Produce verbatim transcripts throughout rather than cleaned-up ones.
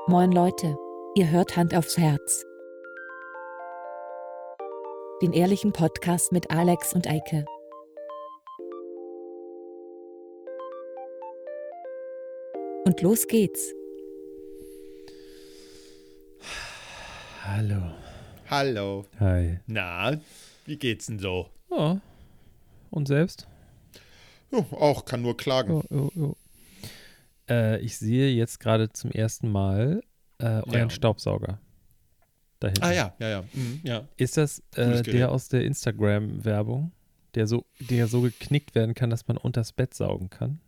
Moin Leute, ihr hört Hand aufs Herz. Den ehrlichen Podcast mit Alex und Eike. Und los geht's. Hallo. Hallo. Hi. Na, wie geht's denn so? Ja. Und selbst? Oh, auch, kann nur klagen. Oh, oh, oh. Äh, ich sehe jetzt gerade zum ersten Mal äh, euren Ja. Staubsauger. Da hinten. Ah ja, ja, ja. Mhm, ja. Ist das äh, Cooles Gerät. der aus der Instagram-Werbung, der so, der so geknickt werden kann, dass man unters Bett saugen kann?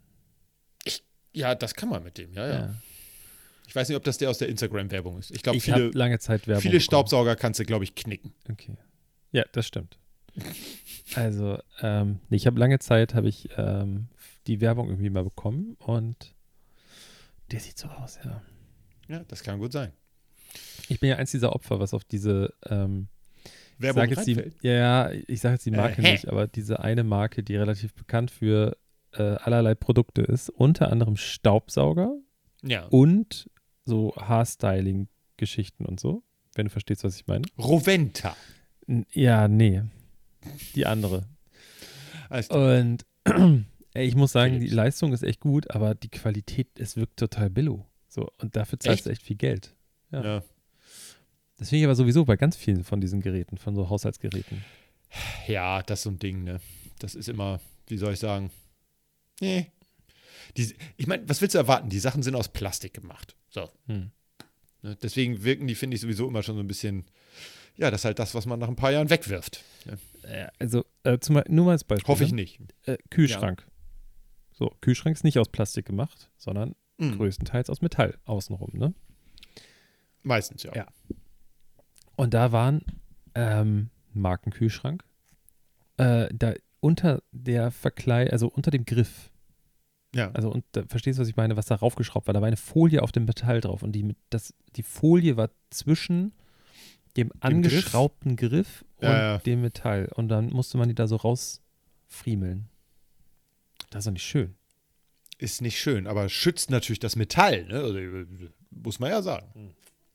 Ja, das kann man mit dem, ja, ja. Ja. Ich weiß nicht, ob das der aus der Instagram-Werbung ist. Ich glaube, Ich habe viele, lange Zeit Werbung viele bekommen. Staubsauger kannst du, glaube ich, knicken. Okay. Ja, das stimmt. Also, ähm, nee, ich habe lange Zeit, habe ich ähm, die Werbung irgendwie mal bekommen und der sieht so aus, ja. Ja, das kann gut sein. Ich bin ja eins dieser Opfer, was auf diese ähm, Werbung sag jetzt die, reinfällt. ja, ja, ich sage jetzt die Marke Äh, hä? nicht, aber diese eine Marke, die relativ bekannt für äh, allerlei Produkte ist, unter anderem Staubsauger Ja. und so Haarstyling-Geschichten und so, wenn du verstehst, was ich meine. Roventa. N- Ja, nee, die andere. Alles klar. Und ey, ich muss sagen, die Philips. Leistung ist echt gut, aber die Qualität, es wirkt total billo. So, und dafür zahlst Echt? du echt viel Geld. Ja. Ja. Das finde ich aber sowieso bei ganz vielen von diesen Geräten, von so Haushaltsgeräten. ja, das ist so ein Ding, ne? Das ist immer, wie soll ich sagen? Nee. Die, ich meine, was willst du erwarten? Die Sachen sind aus Plastik gemacht. So. Hm. Ne? Deswegen wirken die, finde ich, sowieso immer schon so ein bisschen, ja, das ist halt das, was man nach ein paar Jahren wegwirft. Ne? Äh, Also, äh, zum, Beispiel- nur mal als Beispiel. Hoffe ich ne? nicht. Äh, Kühlschrank. So, Kühlschrank ist nicht aus Plastik gemacht, sondern Mhm. größtenteils aus Metall außenrum, ne? Meistens, ja. Ja. Und da waren ähm, Markenkühlschrank, äh, da unter der Verkleid, also unter dem Griff, Ja. also und, da, verstehst du, was ich meine, was da raufgeschraubt war? Da war eine Folie auf dem Metall drauf und die, mit, das, die Folie war zwischen dem angeschraubten Griff, und Ja, ja. dem Metall. Und dann musste man die da so rausfriemeln. Das ist doch nicht schön. Ist nicht schön, aber schützt natürlich das Metall, ne? Also, äh, muss man ja sagen.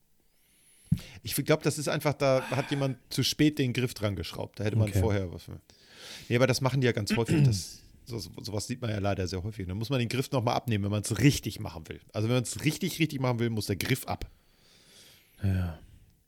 Ich glaube, das ist einfach, da hat jemand zu spät den Griff dran geschraubt. Da hätte man Okay. vorher was. Nee, aber das machen die ja ganz häufig. Das, so, sowas sieht man ja leider sehr häufig. Da muss man den Griff nochmal abnehmen, wenn man es richtig machen will. Also, wenn man es richtig, richtig machen will, muss der Griff ab. Ja.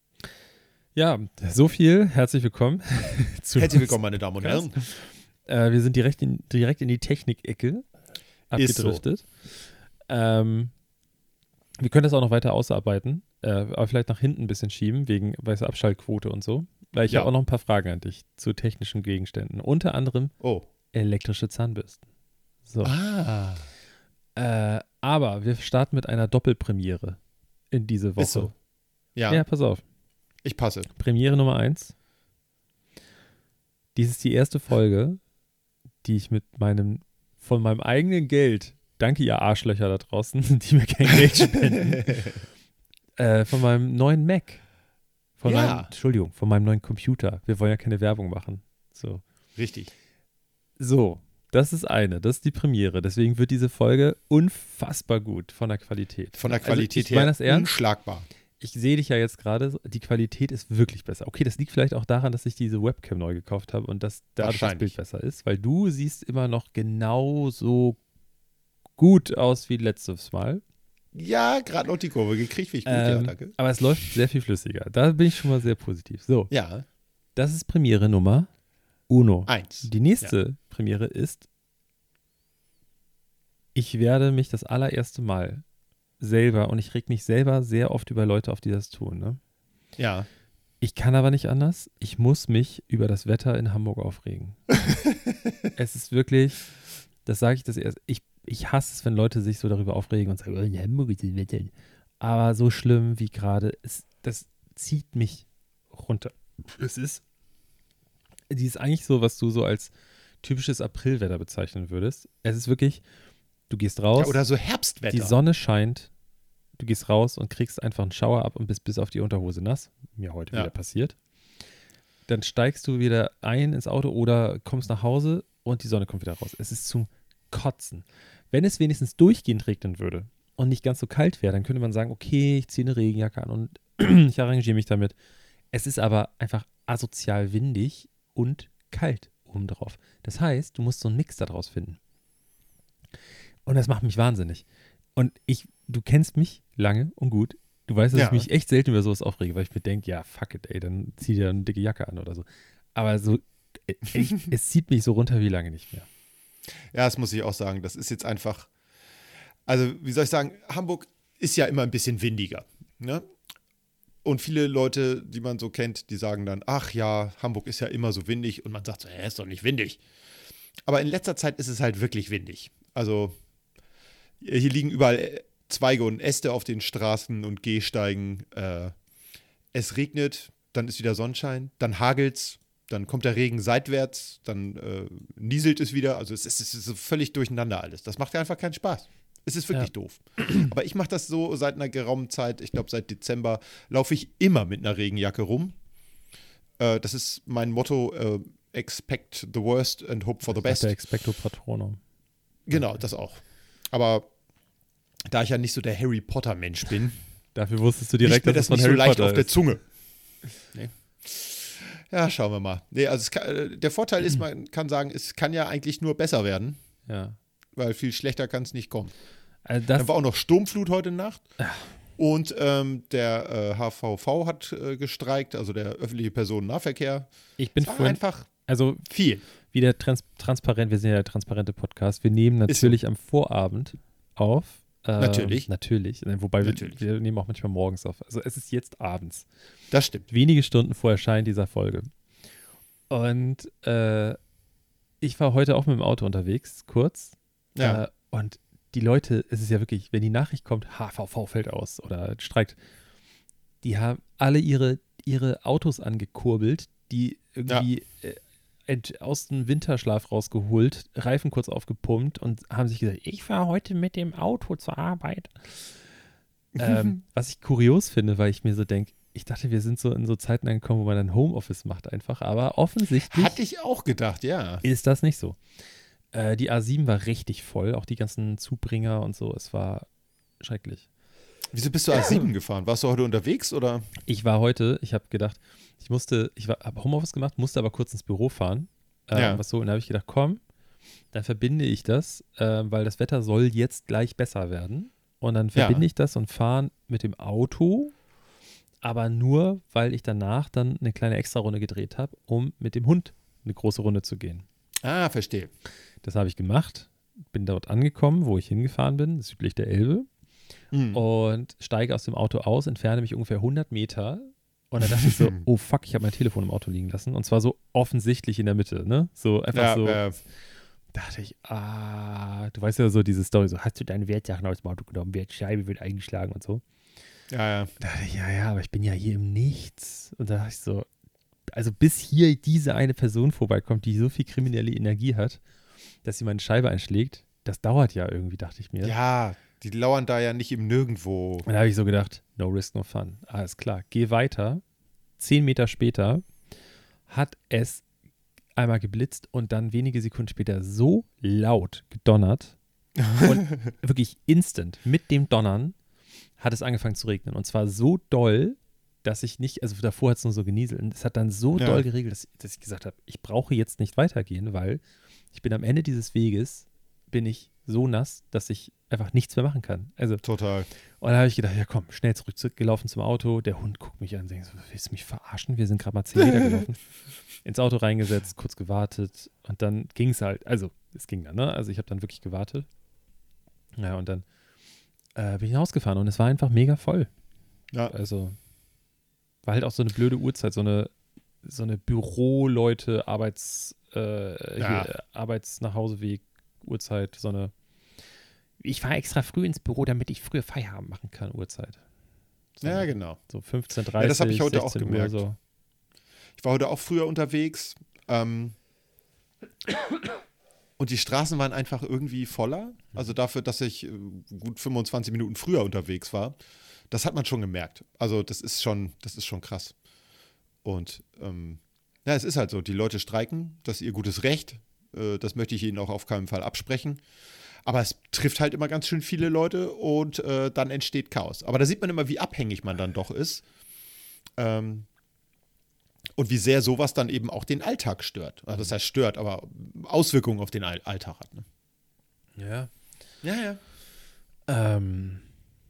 Ja, so viel. Herzlich willkommen. zu Herzlich willkommen, meine Damen und Herren. Äh, wir sind direkt in, direkt in die Technik-Ecke Ist so. abgedriftet. Ähm, wir können das auch noch weiter ausarbeiten, äh, aber vielleicht nach hinten ein bisschen schieben, wegen weißer Abschaltquote und so. Weil ich Ja. habe auch noch ein paar Fragen an dich zu technischen Gegenständen. Unter anderem Oh. elektrische Zahnbürsten. So. Ah. Äh, aber wir starten mit einer Doppelpremiere in diese Woche. Ist so. Ja, Ja, pass auf. ich passe. Premiere Nummer eins. Dies ist die erste Folge, die ich mit meinem, von meinem eigenen Geld, danke ihr Arschlöcher da draußen, die mir kein Geld spenden, äh, von meinem neuen Mac. Von Ja. meinem, Entschuldigung, von meinem neuen Computer. Wir wollen ja keine Werbung machen. So. Richtig. So, das ist eine, das ist die Premiere. Deswegen wird diese Folge unfassbar gut von der Qualität. Von der Also Qualität ich meine her das ernst. unschlagbar. Ich sehe dich ja jetzt gerade, die Qualität ist wirklich besser. Okay, das liegt vielleicht auch daran, dass ich diese Webcam neu gekauft habe und dass dadurch das Wahrscheinlich. Bild besser ist, weil du siehst immer noch genauso gut aus wie letztes Mal. Ja, gerade noch die Kurve gekriegt, wie ich gut, ja, Ähm, danke. aber es läuft sehr viel flüssiger. Da bin ich schon mal sehr positiv. So, Ja, das ist Premiere Nummer uno. eins. Die nächste Premiere ist, ich werde mich das allererste Mal selber, und ich reg mich selber sehr oft über Leute auf, die das tun, ne? Ja. Ich kann aber nicht anders. Ich muss mich über das Wetter in Hamburg aufregen. Es ist wirklich, das sage ich das erst, ich, ich hasse es, wenn Leute sich so darüber aufregen und sagen, oh, in Hamburg ist das Wetter. Aber so schlimm wie gerade, es- das zieht mich runter. Es ist, die ist eigentlich so, was du so als typisches Aprilwetter bezeichnen würdest. Es ist wirklich, du gehst raus, ja. Oder so Herbstwetter. die Sonne scheint, du gehst raus und kriegst einfach einen Schauer ab und bist bis auf die Unterhose nass. Mir heute Ja. wieder passiert. Dann steigst du wieder ein ins Auto oder kommst nach Hause und die Sonne kommt wieder raus. Es ist zum Kotzen. Wenn es wenigstens durchgehend regnen würde und nicht ganz so kalt wäre, dann könnte man sagen, okay, ich ziehe eine Regenjacke an und ich arrangiere mich damit. Es ist aber einfach asozial windig und kalt obendrauf. Das heißt, du musst so einen Mix daraus finden. Und das macht mich wahnsinnig. Und ich, du kennst mich lange und gut. Du weißt, dass Ja. ich mich echt selten über sowas aufrege, weil ich mir denke, ja, fuck it, ey, dann zieh dir eine dicke Jacke an oder so. Aber so, äh, ich, es zieht mich so runter wie lange nicht mehr. Ja, das muss ich auch sagen. Das ist jetzt einfach, also wie soll ich sagen, Hamburg ist ja immer ein bisschen windiger. Ne? Und viele Leute, die man so kennt, die sagen dann, ach ja, Hamburg ist ja immer so windig. Und man sagt so, hä, ist doch nicht windig. Aber in letzter Zeit ist es halt wirklich windig. Also hier liegen überall Zweige und Äste auf den Straßen und Gehsteigen. Äh, es regnet, dann ist wieder Sonnenschein, dann hagelt's, dann kommt der Regen seitwärts, dann äh, nieselt es wieder. Also es ist, es ist so völlig durcheinander alles. Das macht ja einfach keinen Spaß. Es ist wirklich Ja. doof. Aber ich mache das so seit einer geraumen Zeit, ich glaube seit Dezember, laufe ich immer mit einer Regenjacke rum. Äh, das ist mein Motto, äh, expect the worst and hope for the Das best. ist der Expecto Patronum. Genau, das auch. Aber da ich ja nicht so der Harry Potter-Mensch bin, Dafür wusstest du liegt direkt, mir dass das es nicht von so Harry leicht Potter auf der ist. Zunge. Nee. Ja, schauen wir mal. Nee, also es kann, äh, der Vorteil ist, man kann sagen, es kann ja eigentlich nur besser werden, Ja. weil viel schlechter kann es nicht kommen. Also das, Dann war auch noch Sturmflut heute Nacht. Und ähm, der äh, H V V hat äh, gestreikt, also der öffentliche Personennahverkehr. ich bin Es war vorhin, einfach also viel. wieder trans transparent, wir sind ja der transparente Podcast. Wir nehmen Ist so. natürlich am Vorabend auf. Ähm, Natürlich. Natürlich. Äh, Wobei Natürlich. Wir, wir nehmen auch manchmal morgens auf. Also es ist jetzt abends. Das stimmt. Wenige Stunden vor Erscheinen dieser Folge. Und äh, ich war heute auch mit dem Auto unterwegs, kurz. Ja. Äh, und die Leute, es ist ja wirklich, wenn die Nachricht kommt, H V V fällt aus oder streikt, die haben alle ihre, ihre Autos angekurbelt, die irgendwie äh, ent, aus dem Winterschlaf rausgeholt, Reifen kurz aufgepumpt und haben sich gesagt, ich fahre heute mit dem Auto zur Arbeit. ähm, was ich kurios finde, weil ich mir so denke, ich dachte, wir sind so in so Zeiten angekommen, wo man dann Homeoffice macht einfach, aber offensichtlich Hatte ich auch gedacht, ja. ist das nicht so. Äh, die A sieben war richtig voll, auch die ganzen Zubringer und so, es war schrecklich. Wieso bist du A sieben gefahren? Warst du heute unterwegs oder? Ich war heute, ich habe gedacht, ich musste, ich habe Homeoffice gemacht, musste aber kurz ins Büro fahren. Äh, Ja. was so, und da habe ich gedacht, komm, dann verbinde ich das, äh, weil das Wetter soll jetzt gleich besser werden. Und dann verbinde Ja. ich das und fahre mit dem Auto, aber nur, weil ich danach dann eine kleine Extra-Runde gedreht habe, um mit dem Hund eine große Runde zu gehen. Ah, verstehe. Das habe ich gemacht, bin dort angekommen, wo ich hingefahren bin, südlich der Elbe. Mhm. Und steige aus dem Auto aus, entferne mich ungefähr hundert Meter und dann dachte ich so, oh fuck, ich habe mein Telefon im Auto liegen lassen und zwar so offensichtlich in der Mitte, ne? So einfach Ja, so, äh, dachte ich, ah, du weißt ja so diese Story, so hast du deine Wertsachen aus dem Auto genommen, Wertscheibe wird eingeschlagen und so. ja, ja. Da dachte ich, ja, ja, aber ich bin ja hier im Nichts und da dachte ich so, also bis hier diese eine Person vorbeikommt, die so viel kriminelle Energie hat, dass sie meine Scheibe einschlägt, das dauert ja irgendwie, dachte ich mir. Ja, die lauern da ja nicht im Nirgendwo. Und da habe ich so gedacht, no risk, no fun. Alles klar, geh weiter. Zehn Meter später hat es einmal geblitzt und dann wenige Sekunden später so laut gedonnert und wirklich instant mit dem Donnern hat es angefangen zu regnen. Und zwar so doll, dass ich nicht, also davor hat es nur so genieselt. Und es hat dann so Ja. doll geregelt, dass, dass ich gesagt habe, ich brauche jetzt nicht weitergehen, weil ich bin am Ende dieses Weges, bin ich so nass, dass ich einfach nichts mehr machen kann. Also, Total. und da habe ich gedacht, ja komm, schnell zurück, zurückgelaufen zum Auto. Der Hund guckt mich an und denkt so, willst du mich verarschen? Wir sind gerade mal zehn Meter gelaufen. Ins Auto reingesetzt, kurz gewartet und dann ging es halt, also es ging dann, ne? Also ich habe dann wirklich gewartet. Ja, und dann äh, bin ich rausgefahren und es war einfach mega voll. Ja. Also war halt auch so eine blöde Uhrzeit, so eine, so eine Büroleute, Arbeits, äh, Ja. hier, Arbeits-Nachhauseweg, Uhrzeit, so eine ich fahre extra früh ins Büro, damit ich früher Feierabend machen kann, Uhrzeit. So, Ja, genau. so fünfzehn Uhr dreißig, Ja, das habe ich heute auch sechzehn Uhr gemerkt. so. Ich war heute auch früher unterwegs. Ähm, und die Straßen waren einfach irgendwie voller. Also dafür, dass ich äh, gut fünfundzwanzig Minuten früher unterwegs war. Das hat man schon gemerkt. Also das ist schon, das ist schon krass. Und ähm, ja, es ist halt so, die Leute streiken, das ist ihr gutes Recht. Äh, das möchte ich ihnen auch auf keinen Fall absprechen. Aber es trifft halt immer ganz schön viele Leute und äh, dann entsteht Chaos. Aber da sieht man immer, wie abhängig man dann doch ist. Ähm, und wie sehr sowas dann eben auch den Alltag stört. Also das heißt stört, aber Auswirkungen auf den All- Alltag hat. Ne? Ja. Ja, ja. Ähm.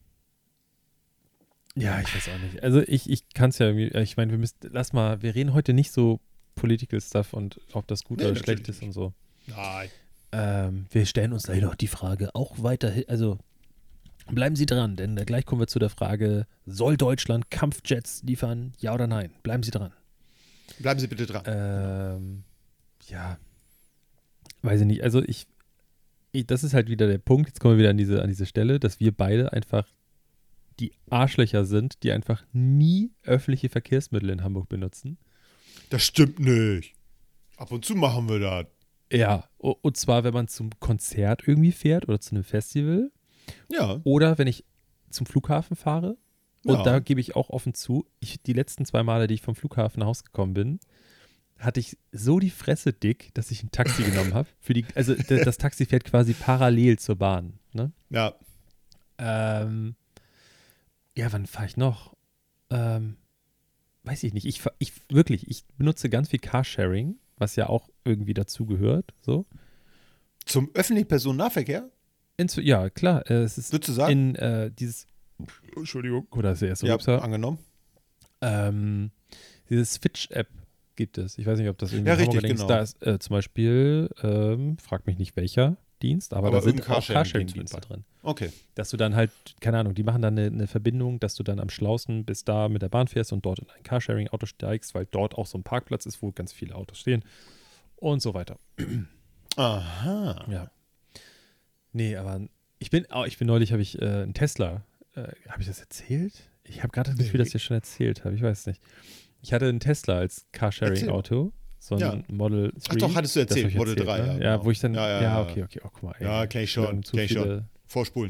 Ja, ich weiß auch nicht. Also ich, ich kann es ja irgendwie, ich meine, wir müssen, lass mal, wir reden heute nicht so Political Stuff und ob das gut Nee, oder natürlich schlecht ist nicht. und so. Nein. Ähm, wir stellen uns gleich noch die Frage auch weiterhin, also bleiben Sie dran, denn gleich kommen wir zu der Frage, soll Deutschland Kampfjets liefern, ja oder nein? Bleiben Sie dran. Bleiben Sie bitte dran. Ähm, ja, weiß ich nicht. Also ich, ich, das ist halt wieder der Punkt, jetzt kommen wir wieder an diese, an diese Stelle, dass wir beide einfach die Arschlöcher sind, die einfach nie öffentliche Verkehrsmittel in Hamburg benutzen. Das stimmt nicht. Ab und zu machen wir das. Ja, o- und zwar, wenn man zum Konzert irgendwie fährt oder zu einem Festival Ja. oder wenn ich zum Flughafen fahre. Und Ja. da gebe ich auch offen zu, ich, die letzten zwei Male, die ich vom Flughafen nach Hause gekommen bin, hatte ich so die Fresse dick, dass ich ein Taxi genommen habe. Für die, also d- das Taxi fährt quasi parallel zur Bahn. Ne? Ja. Ähm, ja, wann fahre ich noch? Ähm, weiß ich nicht. Ich, fahr- ich wirklich, ich benutze ganz viel Carsharing, was ja auch irgendwie dazugehört. So. Zum öffentlichen Personennahverkehr? Inzu- ja, klar. Äh, es ist Würdest du sagen? in äh, dieses. Entschuldigung. Oder ist der erste Ja, Rülpser? angenommen. Ähm, dieses Fitch-App gibt es. Ich weiß nicht, ob das irgendwie Ja, in Hamburg richtig, links genau. da ist. Äh, zum Beispiel, ähm, frag mich nicht welcher Dienst, aber, Aber da sind irgendein auch Carsharing-Dienst Carsharing-Dienste drin. Okay. Dass du dann halt, keine Ahnung, die machen dann eine, eine Verbindung, dass du dann am Schlausten bis da mit der Bahn fährst und dort in ein Carsharing-Auto steigst, weil dort auch so ein Parkplatz ist, wo ganz viele Autos stehen und so weiter. Aha. Ja. Nee, aber ich bin, oh, ich bin neulich, habe ich äh, einen Tesla, äh, habe ich das erzählt? Ich habe gerade das Gefühl, Nee. dass ich das schon erzählt habe, ich weiß nicht. Ich hatte einen Tesla als Carsharing-Auto, so ein Ja. Model drei. Ach doch, hattest du Das hab erzählt, ich Model drei, ne? ja, Ja, genau. wo ich dann, Ja, ja, ja, ja. okay, okay, oh, guck mal. Ey, Ja, kenn ich schon, schlimm, zu kenn ich schon. viele- Vorspulen.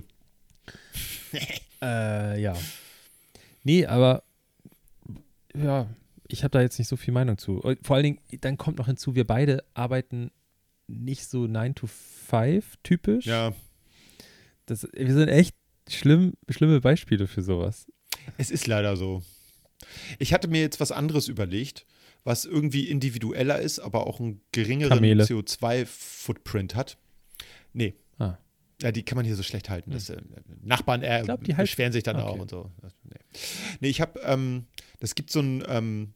Äh, ja. Nee, aber ja, ich habe da jetzt nicht so viel Meinung zu. Und vor allen Dingen, dann kommt noch hinzu, wir beide arbeiten nicht so nine to five typisch. Ja. Das, wir sind echt schlimm, schlimme Beispiele für sowas. Es ist leider so. Ich hatte mir jetzt was anderes überlegt, was irgendwie individueller ist, aber auch einen geringeren Kamele. C O zwei Footprint hat. Nee. Ah. Ja, die kann man hier so schlecht halten. Das, äh, Nachbarn äh, Ich glaub, die halten- beschweren sich dann Okay. auch und so. Nee, nee ich habe, ähm, das gibt so einen ähm,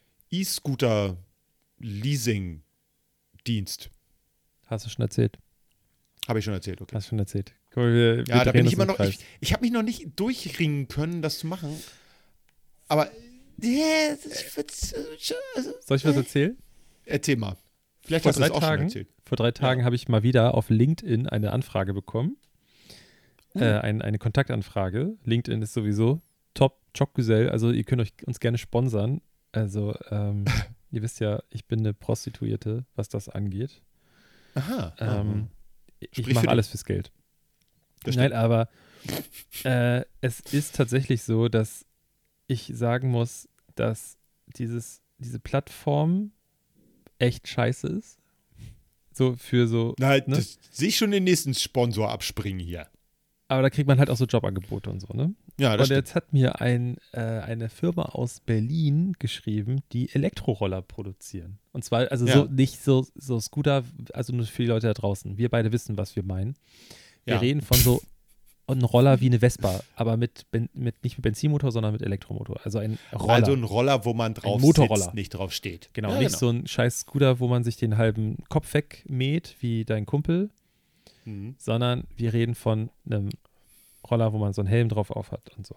E-Scooter-Leasing-Dienst. Hast du schon erzählt? Habe ich schon erzählt, okay. Hast du schon erzählt. Guck mal, wir, wir Ja, da drehen bin ich uns immer im noch. Kreis. Ich, ich habe mich noch nicht durchringen können, das zu machen. Aber. Ja, ich würd's, äh, schon- also, Soll ich was erzählen? erzähl mal. Vielleicht Vor hast du es drei auch schon Tagen, erzählt. vor drei Tagen habe ich mal wieder auf LinkedIn eine Anfrage bekommen. Uh. Äh, ein, eine Kontaktanfrage. LinkedIn ist sowieso top Jobgesell. Also ihr könnt euch uns gerne sponsern. Also ähm, ihr wisst ja, ich bin eine Prostituierte, was das angeht. Aha. Ähm, ich Sprich für mache dich. alles fürs Geld. Das Nein, stimmt. aber äh, es ist tatsächlich so, dass ich sagen muss, dass dieses, diese Plattform echt scheiße ist. So für so, Nein, ne? das sehe ich schon den nächsten Sponsor abspringen hier. Aber da kriegt man halt auch so Jobangebote und so, ne? Ja, das Und stimmt. jetzt hat mir ein, äh, eine Firma aus Berlin geschrieben, die Elektroroller produzieren. Und zwar, also so Ja. nicht so, so Scooter, also nur für die Leute da draußen. Wir beide wissen, was wir meinen. Wir Ja. reden von so einem Roller wie eine Vespa, aber mit, Ben- mit nicht mit Benzinmotor, sondern mit Elektromotor. Also ein Roller. Also ein Roller, wo man drauf Motorroller. sitzt, nicht drauf steht. genau, Ja, nicht so ein scheiß Scooter, wo man sich den halben Kopf wegmäht, wie dein Kumpel, Mhm. sondern wir reden von einem Roller, wo man so einen Helm drauf auf hat und so.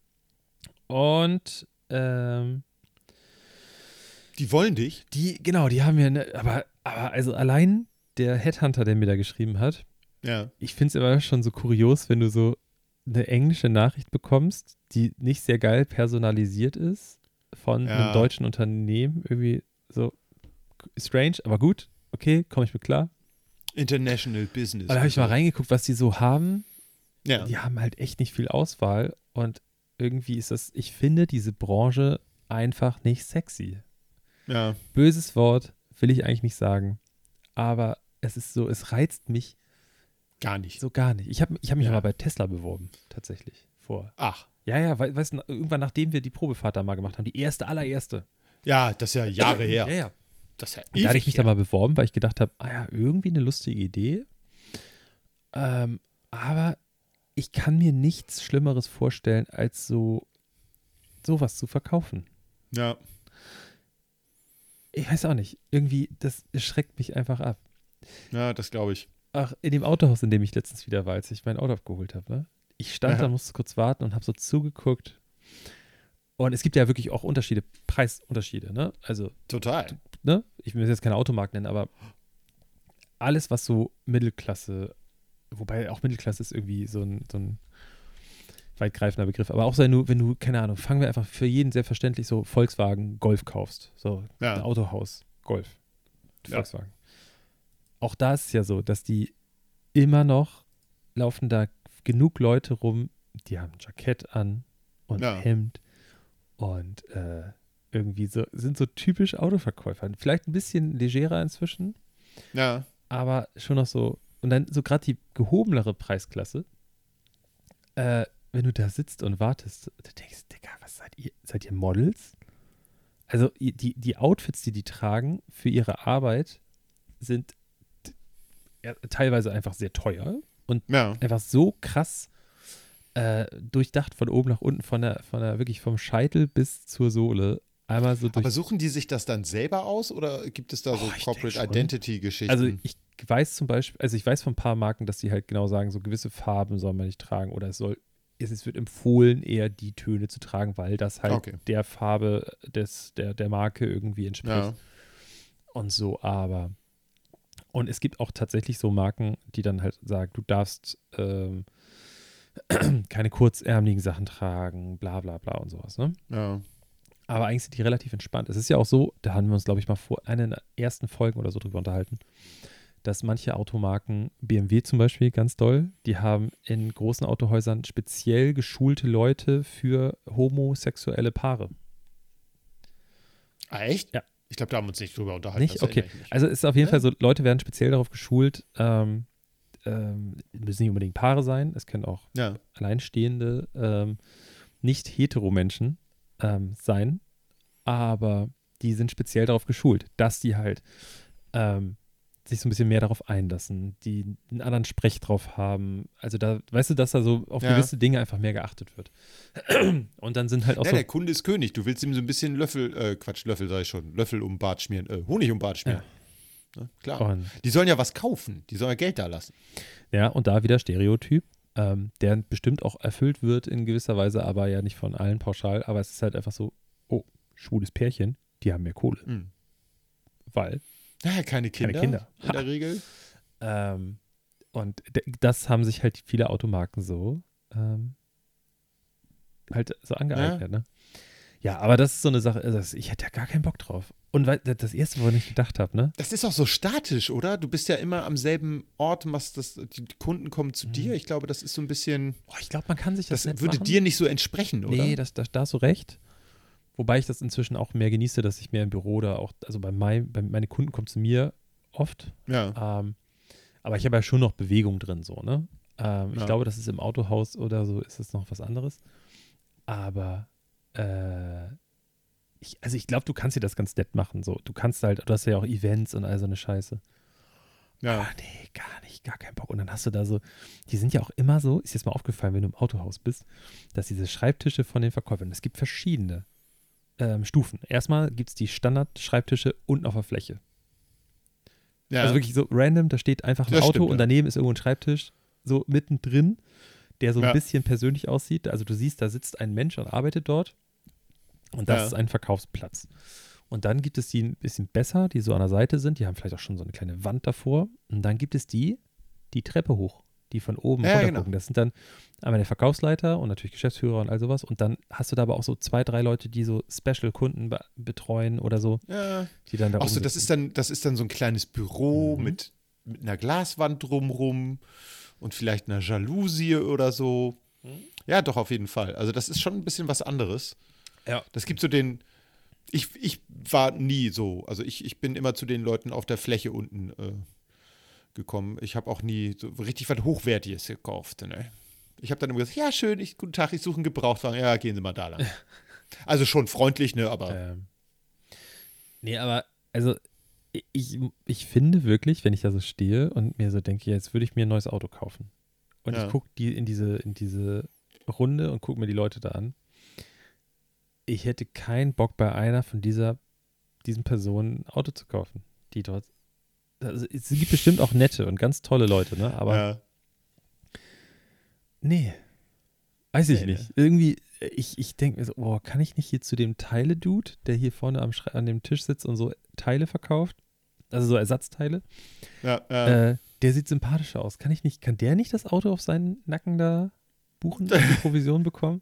Und ähm, Die wollen dich. die, genau, die haben mir, ne, aber, aber also allein der Headhunter, der mir da geschrieben hat, Ja. ich finde es immer schon so kurios, wenn du so eine englische Nachricht bekommst, die nicht sehr geil personalisiert ist von Ja. einem deutschen Unternehmen. Irgendwie so strange, aber gut, okay, komme ich mit klar. International Business. Und da habe ich mal reingeguckt, was die so haben. Ja. Die haben halt echt nicht viel Auswahl und irgendwie ist das, ich finde diese Branche einfach nicht sexy. Ja. Böses Wort will ich eigentlich nicht sagen, aber es ist so, es reizt mich Gar nicht. So gar nicht. Ich habe ich hab mich Ja. mal bei Tesla beworben, tatsächlich. Vor. Ach. Ja, ja, we weißt du, irgendwann nachdem wir die Probefahrt da mal gemacht haben, die erste, allererste. Ja, das ist ja Jahre her. Ja, ja. Das ist ja Und da hatte ich ewig mich her. da mal beworben, weil ich gedacht habe, ah ja, irgendwie eine lustige Idee. Ähm, aber ich kann mir nichts Schlimmeres vorstellen, als so sowas zu verkaufen. Ja. Ich weiß auch nicht. Irgendwie, das schreckt mich einfach ab. Ja, das glaube ich. Ach, in dem Autohaus, in dem ich letztens wieder war, als ich mein Auto abgeholt habe, ne? Ich stand Ja. da, musste kurz warten und habe so zugeguckt. Und es gibt ja wirklich auch Unterschiede, Preisunterschiede, ne? Also, Total. ne? Ich will jetzt keine Automarken nennen, aber alles, was so Mittelklasse, wobei auch Mittelklasse ist irgendwie so ein, so ein weitgreifender Begriff, aber auch wenn du, wenn du, keine Ahnung, fangen wir einfach für jeden selbstverständlich so Volkswagen Golf kaufst. So Ja. ein Autohaus Golf. Ja. Volkswagen. Auch da ist es ja so, dass die immer noch laufen da genug Leute rum, die haben ein Jackett an und Ja. Hemd und äh, irgendwie so, sind so typisch Autoverkäufer. Vielleicht ein bisschen legerer inzwischen, Ja. aber schon noch so, und dann so gerade die gehobenere Preisklasse, äh, wenn du da sitzt und wartest, du denkst, Digga, was seid ihr? Seid ihr Models? Also i- die, die Outfits, die die tragen für ihre Arbeit, sind t- ja, teilweise einfach sehr teuer und Ja. einfach so krass äh, durchdacht von oben nach unten, von der, von der, wirklich vom Scheitel bis zur Sohle. Einmal so durch. Aber suchen die sich das dann selber aus oder gibt es da so Oh, ich Corporate denk schon. Identity-Geschichten? Also ich weiß zum Beispiel, also ich weiß von ein paar Marken, dass die halt genau sagen, so gewisse Farben soll man nicht tragen oder es soll, es, es wird empfohlen, eher die Töne zu tragen, weil das halt Okay. der Farbe des, der, der Marke irgendwie entspricht. Ja. Und so, aber und es gibt auch tatsächlich so Marken, die dann halt sagen, du darfst ähm, keine kurzärmeligen Sachen tragen, bla bla bla und sowas, ne? Ja. Aber eigentlich sind die relativ entspannt. Es ist ja auch so, da haben wir uns, glaube ich, mal vor einer der ersten Folgen oder so drüber unterhalten, dass manche Automarken, B M W zum Beispiel, ganz doll, die haben in großen Autohäusern speziell geschulte Leute für homosexuelle Paare. Ah, echt? Ja. Ich glaube, da haben wir uns nicht drüber unterhalten. Nicht? das Okay. erinnere ich mich. Also es ist auf jeden Ja. Fall so, Leute werden speziell darauf geschult, ähm, ähm, müssen nicht unbedingt Paare sein, es können auch Ja. alleinstehende, ähm, nicht hetero Menschen ähm, sein, aber die sind speziell darauf geschult, dass die halt ähm, sich so ein bisschen mehr darauf einlassen, die einen anderen Sprech drauf haben. Also da, weißt du, dass da so auf Ja. gewisse Dinge einfach mehr geachtet wird. Und dann sind halt auch Ja, so, der Kunde ist König. Du willst ihm so ein bisschen Löffel, äh, Quatsch, Löffel sag ich schon, Löffel um den Bart schmieren, äh, Honig um den Bart schmieren. Ne? Klar. und, Die sollen ja was kaufen. Die sollen ja Geld da lassen. ja, und da wieder Stereotyp, ähm, der bestimmt auch erfüllt wird in gewisser Weise, aber ja nicht von allen pauschal, aber es ist halt einfach so, oh, schwules Pärchen, die haben mehr Kohle, Mhm. weil Ja, keine Kinder. Kinder. In der Regel. Ähm, und d- das haben sich halt viele Automarken so ähm, halt so angeeignet, ne? Ja, aber das ist so eine Sache, also das, ich hätte ja gar keinen Bock drauf. Und weil, das erste, woran ich gedacht habe, ne? Das ist auch so statisch, oder? Du bist ja immer am selben Ort, machst das, die Kunden kommen zu Mhm. dir. Ich glaube, das ist so ein bisschen, Oh, ich glaube, man kann sich das, das nett würde machen. dir nicht so entsprechen, oder? Nee, das, das, da hast du recht. Wobei ich das inzwischen auch mehr genieße, dass ich mehr im Büro da auch, also bei, mein, bei meine Kunden kommen zu mir oft, Ja. ähm, aber ich habe ja schon noch Bewegung drin, so, ne? Ähm, ich Ja. glaube, das ist im Autohaus oder so, ist es noch was anderes. Aber, äh, ich, also ich glaube, du kannst dir das ganz nett machen, so. Du kannst halt, du hast ja auch Events und all so eine Scheiße. Ja. Ah, nee, gar nicht, gar keinen Bock. Und dann hast du da so, die sind ja auch immer so, ist jetzt mal aufgefallen, wenn du im Autohaus bist, dass diese Schreibtische von den Verkäufern, es gibt verschiedene ähm, Stufen. Erstmal gibt es die Standard-Schreibtische unten auf der Fläche. ja. Also wirklich so random, da steht einfach ein Das Auto stimmt, und ja. daneben ist irgendwo ein Schreibtisch, so mittendrin, der so ein Ja. bisschen persönlich aussieht. Also du siehst, da sitzt ein Mensch und arbeitet dort und das Ja. ist ein Verkaufsplatz. Und dann gibt es die ein bisschen besser, die so an der Seite sind, die haben vielleicht auch schon so eine kleine Wand davor. Und dann gibt es die, die Treppe hoch, die von oben Ja, runter genau. gucken. Das sind dann einmal der Verkaufsleiter und natürlich Geschäftsführer und all sowas. Und dann hast du da aber auch so zwei, drei Leute, die so Special-Kunden be betreuen oder so, ja. die dann da Ach so, oben das sitzen. ist dann, das ist dann so ein kleines Büro Mhm. mit, mit einer Glaswand drumrum und vielleicht einer Jalousie oder so. Ja, doch, auf jeden Fall. Also das ist schon ein bisschen was anderes. Ja. Das gibt so den, ich, ich war nie so, also ich, ich bin immer zu den Leuten auf der Fläche unten äh, gekommen. Ich habe auch nie so richtig was Hochwertiges gekauft. Ne? Ich habe dann immer gesagt, ja schön, ich, guten Tag, ich suche einen Gebrauchtwagen. Ja, gehen Sie mal da lang. Also schon freundlich, ne, aber. Ähm, nee, aber also ich, ich finde wirklich, wenn ich da so stehe und mir so denke, jetzt würde ich mir ein neues Auto kaufen. Und Ja. ich gucke die in diese, in diese Runde und gucke mir die Leute da an. Ich hätte keinen Bock, bei einer von dieser, diesen Personen ein Auto zu kaufen, die dort. Also es gibt bestimmt auch nette und ganz tolle Leute, ne? Aber Ja. nee. Weiß ich Nee, nicht. Irgendwie, ich, ich denke mir so, oh, kann ich nicht hier zu dem Teile-Dude, der hier vorne am Schre- an dem Tisch sitzt und so Teile verkauft? Also so Ersatzteile. Ja, ja. Äh, der sieht sympathischer aus. Kann ich nicht, kann der nicht das Auto auf seinen Nacken da buchen und die Provision bekommen?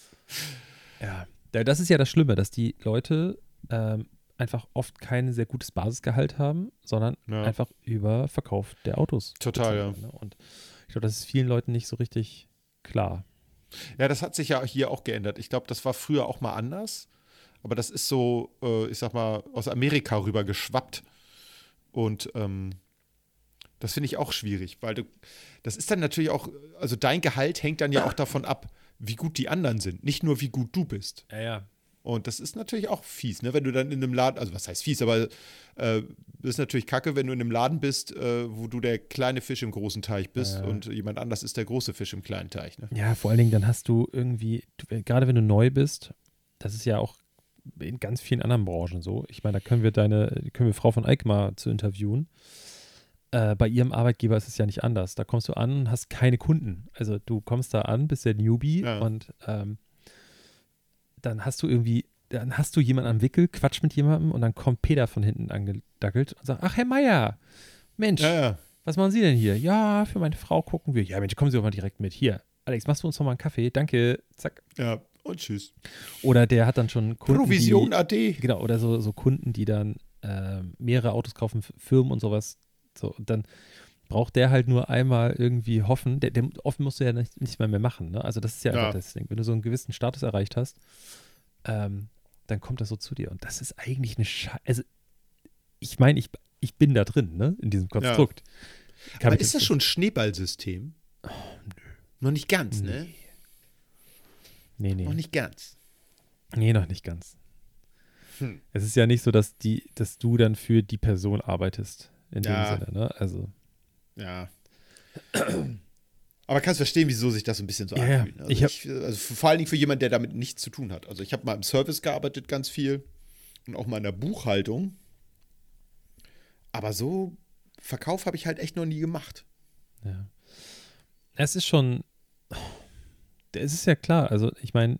Ja. Da- Das ist ja das Schlimme, dass die Leute ähm, einfach oft kein sehr gutes Basisgehalt haben, sondern Ja. einfach über Verkauf der Autos. Total, ja. bezahlen, ne? Und ich glaube, das ist vielen Leuten nicht so richtig klar. Ja, das hat sich ja hier auch geändert. Ich glaube, das war früher auch mal anders. Aber das ist so, äh, ich sag mal, aus Amerika rüber geschwappt. Und ähm, das finde ich auch schwierig, weil du, das ist dann natürlich auch, also dein Gehalt hängt dann ja auch davon ab, wie gut die anderen sind, nicht nur wie gut du bist. Ja, ja. Und das ist natürlich auch fies, ne? Wenn du dann in einem Laden, also was heißt fies, aber äh, das ist natürlich kacke, wenn du in einem Laden bist, äh, wo du der kleine Fisch im großen Teich bist Ja. und jemand anders ist der große Fisch im kleinen Teich. Ne? Ja, vor allen Dingen, dann hast du irgendwie, du, gerade wenn du neu bist, das ist ja auch in ganz vielen anderen Branchen so. Ich meine, da können wir deine, können wir Frau von Eyck mal zu interviewen. Äh, bei ihrem Arbeitgeber ist es ja nicht anders. Da kommst du an und hast keine Kunden. Also du kommst da an, bist der Newbie Ja. und ähm, dann hast du irgendwie, dann hast du jemanden am Wickel, quatscht mit jemandem und dann kommt Peter von hinten angedackelt und sagt, ach Herr Meier, Mensch, Ja, ja. was machen Sie denn hier? Ja, für meine Frau gucken wir. Ja, Mensch, kommen Sie doch mal direkt mit. Hier, Alex, machst du uns noch mal einen Kaffee? Danke, zack. Ja, und tschüss. Oder der hat dann schon Kunden, Provision die, A D. genau, oder so, so Kunden, die dann äh, mehrere Autos kaufen, F- Firmen und sowas. So, und dann braucht der halt nur einmal irgendwie hoffen. Der, der, offen musst du ja nicht, nicht mal mehr machen. Ne? Also das ist ja einfach Ja. das Ding. Wenn du so einen gewissen Status erreicht hast, ähm, dann kommt das so zu dir. Und das ist eigentlich eine Scheiße. Also ich meine, ich, ich bin da drin, ne? In diesem Konstrukt. Kann Aber ich ist das schon ein Schneeballsystem? Oh, Noch nicht ganz, ne? Nee, nee. Noch nicht ganz. Nee, noch nicht ganz. Hm. Es ist ja nicht so, dass die, dass du dann für die Person arbeitest. In Ja. dem Sinne, ne? Also. Ja. Aber kannst verstehen, wieso sich das so ein bisschen so Ja, ja. anfühlt. Also, Ich hab- ich, also vor allen Dingen für jemanden, der damit nichts zu tun hat. Also ich habe mal im Service gearbeitet, ganz viel. Und auch mal in der Buchhaltung. Aber so Verkauf habe ich halt echt noch nie gemacht. Ja. Es ist schon, es ist ja klar, also ich meine,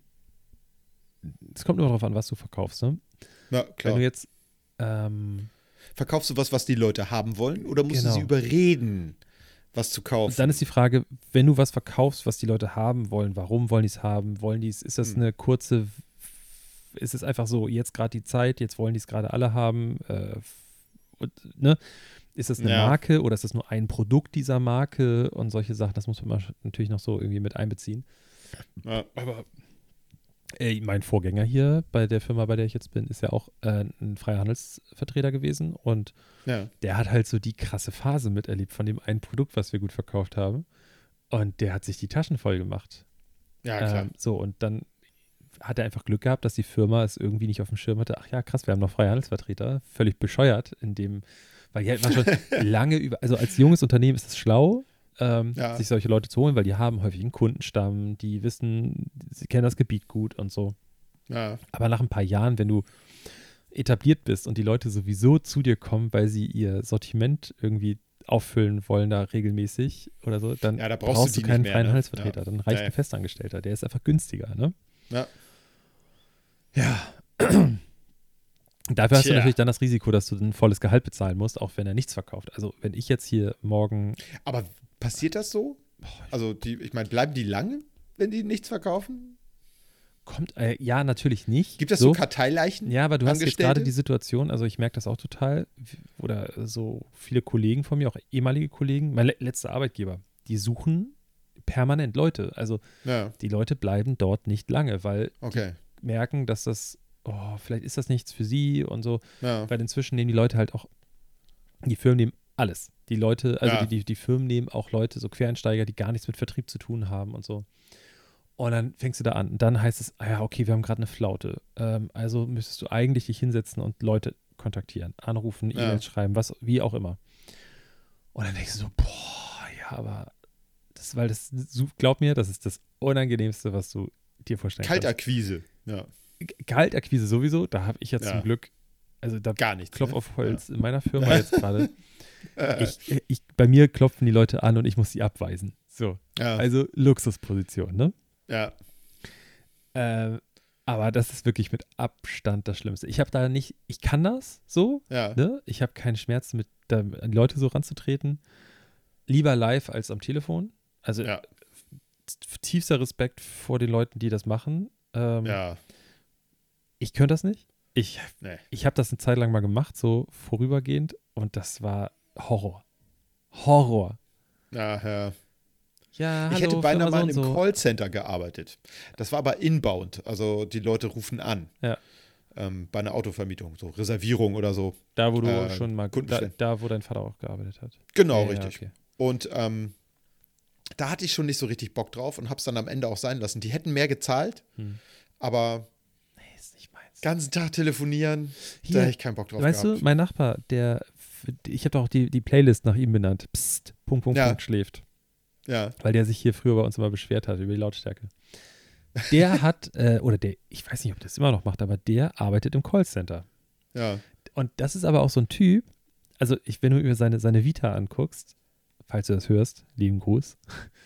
es kommt nur darauf an, was du verkaufst, ne? Na, Wenn klar. du jetzt, ähm, Verkaufst du was, was die Leute haben wollen? Oder musst Genau. du sie überreden, was zu kaufen? dann ist die Frage, wenn du was verkaufst, was die Leute haben wollen, warum wollen die es haben? Wollen die es, ist das Hm. eine kurze, ist es einfach so, jetzt gerade die Zeit, jetzt wollen die es gerade alle haben, äh, und, ne? Ist das eine Ja. Marke oder ist das nur ein Produkt dieser Marke und solche Sachen, das muss man mal natürlich noch so irgendwie mit einbeziehen. Ja. Aber äh, mein Vorgänger hier bei der Firma, bei der ich jetzt bin, ist ja auch äh, ein freier Handelsvertreter gewesen und Ja. der hat halt so die krasse Phase miterlebt von dem einen Produkt, was wir gut verkauft haben und der hat sich die Taschen voll gemacht. Ja, klar. Ähm, so, und dann hat er einfach Glück gehabt, dass die Firma es irgendwie nicht auf dem Schirm hatte. Ach ja, krass, wir haben noch freie Handelsvertreter. Völlig bescheuert in dem, weil die halt war schon lange über, also als junges Unternehmen ist es schlau, ähm, Ja. sich solche Leute zu holen, weil die haben häufig einen Kundenstamm, die wissen, sie kennen das Gebiet gut und so. Ja. Aber nach ein paar Jahren, wenn du etabliert bist und die Leute sowieso zu dir kommen, weil sie ihr Sortiment irgendwie auffüllen wollen da regelmäßig oder so, dann Ja, da brauchst du die du keinen nicht mehr, freien ne? Handelsvertreter. Ja. Dann reicht Ja, ja. ein Festangestellter, der ist einfach günstiger, ne? Ja. Ja. Dafür hast du Tja. natürlich dann das Risiko, dass du ein volles Gehalt bezahlen musst, auch wenn er nichts verkauft. Also wenn ich jetzt hier morgen, Aber passiert das so? Also, die, ich meine, bleiben die lange, wenn die nichts verkaufen? kommt, äh, ja, natürlich nicht. Gibt es so, Karteileichen? Ja, aber du hast jetzt Angestellte? gerade die Situation, also ich merke das auch total, w- oder so viele Kollegen von mir, auch ehemalige Kollegen, mein le letzter Arbeitgeber, die suchen permanent Leute. Also Ja, die Leute bleiben dort nicht lange, weil okay. merken, dass das, oh, vielleicht ist das nichts für sie und so, Ja. weil inzwischen nehmen die Leute halt auch, die Firmen nehmen alles. Die Leute, also Ja. die, die, die Firmen nehmen auch Leute, so Quereinsteiger, die gar nichts mit Vertrieb zu tun haben und so. Und dann fängst du da an. Und dann heißt es, ah ja, okay, wir haben gerade eine Flaute. Ähm, also müsstest du eigentlich dich hinsetzen und Leute kontaktieren, anrufen, Ja. E-Mails schreiben, was, wie auch immer. Und dann denkst du so, boah, ja, aber das, weil das, glaub mir, das ist das Unangenehmste, was du dir vorstellen kannst. Kaltakquise. Ja. Kaltakquise sowieso, da habe ich ja, Ja. zum Glück, also da Gar nichts. klopf ne? auf Holz in meiner Firma jetzt gerade. Ja. Ich, ich, bei mir klopfen die Leute an und ich muss sie abweisen. So, ja. also Luxusposition, ne? ja. Ähm, aber das ist wirklich mit Abstand das Schlimmste. Ich habe da nicht, ich kann das so, Ja. ne? Ich habe keine Schmerzen mit, da, an die Leute so ranzutreten. Lieber live als am Telefon. Also Ja. tiefster Respekt vor den Leuten, die das machen. Ähm, Ja. Ich könnte das nicht. Ich, Nee. ich habe das eine Zeit lang mal gemacht, so vorübergehend, und das war Horror. Horror. Ja, ja. Ja, Ich hallo, hätte beinahe Firma mal so in und einem so. Callcenter gearbeitet. Das war aber inbound. Also die Leute rufen an. Ja. Ähm, bei einer Autovermietung, so Reservierung oder so. Da, wo du äh, schon mal, Kunden da, stellen. da, wo dein Vater auch gearbeitet hat. Genau, Ja, ja, richtig. okay. Und ähm, da hatte ich schon nicht so richtig Bock drauf und habe es dann am Ende auch sein lassen. Die hätten mehr gezahlt, Hm. aber Nee, ist nicht meins. ganzen Tag telefonieren, Hier, da hätte ich keinen Bock drauf weißt gehabt. du, mein Nachbar, der, ich habe doch auch die, die Playlist nach ihm benannt. Psst, Punkt, Punkt, Ja. Punkt, schläft. Ja, Weil der sich hier früher bei uns immer beschwert hat über die Lautstärke. Der hat, äh, oder der, ich weiß nicht, ob der das immer noch macht, aber der arbeitet im Callcenter. ja, Und das ist aber auch so ein Typ, also ich, wenn du über seine, seine Vita anguckst, falls du das hörst, lieben Gruß,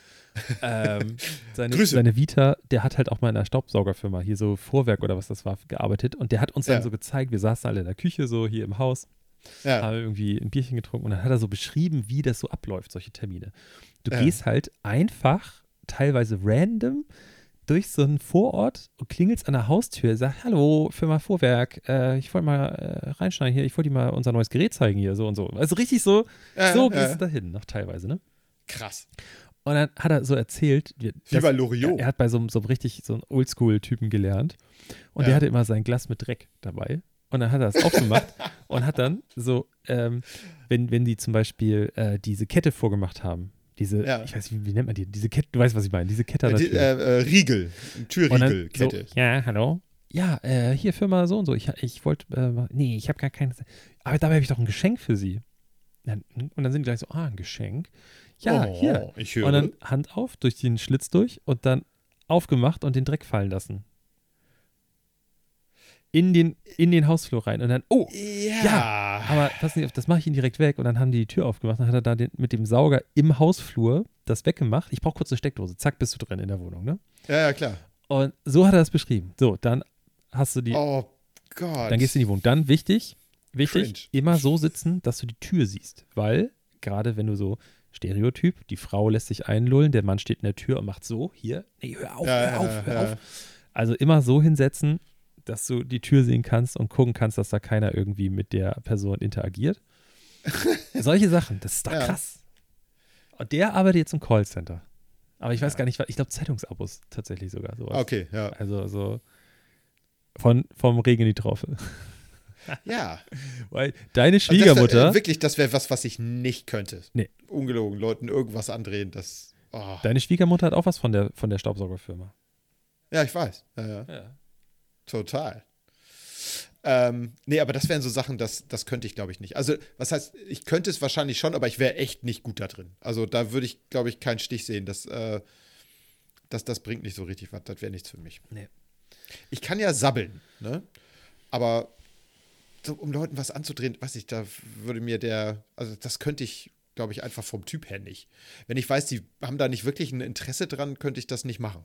ähm, seine, Grüße. seine Vita, der hat halt auch mal in einer Staubsaugerfirma, hier so Vorwerk oder was das war, gearbeitet. Und der hat uns dann Ja. so gezeigt, wir saßen alle in der Küche, so hier im Haus, ja, haben irgendwie ein Bierchen getrunken und dann hat er so beschrieben, wie das so abläuft, solche Termine. Du Ja. gehst halt einfach, teilweise random, durch so einen Vorort und klingelst an der Haustür, sagst, hallo, Firma Vorwerk, äh, ich wollte mal äh, reinschneiden hier, ich wollte dir mal unser neues Gerät zeigen hier, so und so. Also richtig so, ja, so ja. gehst du dahin, noch teilweise, ne? Krass. Und dann hat er so erzählt, wir- Wie dass- bei Loriot. er, er hat bei so einem so einem richtig so einem Oldschool-Typen gelernt und der Ja. hatte immer sein Glas mit Dreck dabei und dann hat er das aufgemacht und hat dann so, ähm, wenn, wenn die zum Beispiel äh, diese Kette vorgemacht haben, diese, Ja. ich weiß nicht, wie nennt man die, diese Kette, du weißt, was ich meine, diese Kette an Die, der äh, Tür. äh, Riegel, Und dann Türriegelkette. So, ja, hallo. Ja, äh, hier Firma so und so. Ich, ich wollte, äh, nee, ich habe gar kein, aber dabei habe ich doch ein Geschenk für Sie. Dann, und dann sind die gleich so, ah, ein Geschenk. Ja, oh, hier. ich höre. Und dann Hand auf, durch den Schlitz durch und dann aufgemacht und den Dreck fallen lassen. In den, in den Hausflur rein. Und dann, oh, ja. ja, aber pass nicht auf, das mache ich ihn direkt weg. Und dann haben die die Tür aufgemacht. Dann hat er da den, mit dem Sauger im Hausflur das weggemacht. Ich brauche kurz eine Steckdose. Zack, bist du drin in der Wohnung, ne? Ja, ja, klar. Und so hat er das beschrieben. So, dann hast du die, Oh Gott. dann gehst du in die Wohnung. Dann wichtig, wichtig, Cringe. immer so sitzen, dass du die Tür siehst. Weil, gerade wenn du so Stereotyp, die Frau lässt sich einlullen, der Mann steht in der Tür und macht so, hier, nee, hör auf, Ja, hör ja, auf, hör ja. auf. Also immer so hinsetzen, dass du die Tür sehen kannst und gucken kannst, dass da keiner irgendwie mit der Person interagiert. Solche Sachen, das ist doch Ja. krass. Und der arbeitet jetzt im Callcenter. Aber ich weiß Ja. gar nicht, was- ich glaube Zeitungsabos tatsächlich sogar sowas. Okay, ja. Also so von, vom Regen in die Traufe. Ja. Weil deine Also das Schwiegermutter, wär, äh, wirklich, das wäre was, was ich nicht könnte. Nee. Ungelogen, Leuten irgendwas andrehen, das. Oh. deine Schwiegermutter hat auch was von der, von der Staubsaugerfirma. Ja, ich weiß. Ja, ja. Ja. Total. Ähm, nee, aber das wären so Sachen, das, das könnte ich, glaube ich, nicht. Also, was heißt, ich könnte es wahrscheinlich schon, aber ich wäre echt nicht gut da drin. Also, da würde ich, glaube ich, keinen Stich sehen. Das, äh, das, das bringt nicht so richtig was. Das wäre nichts für mich. Nee. Ich kann ja sabbeln, ne? Aber so, um Leuten was anzudrehen, weiß ich, da würde mir der, also das könnte ich, glaube ich, einfach vom Typ her nicht. Wenn ich weiß, die haben da nicht wirklich ein Interesse dran, könnte ich das nicht machen.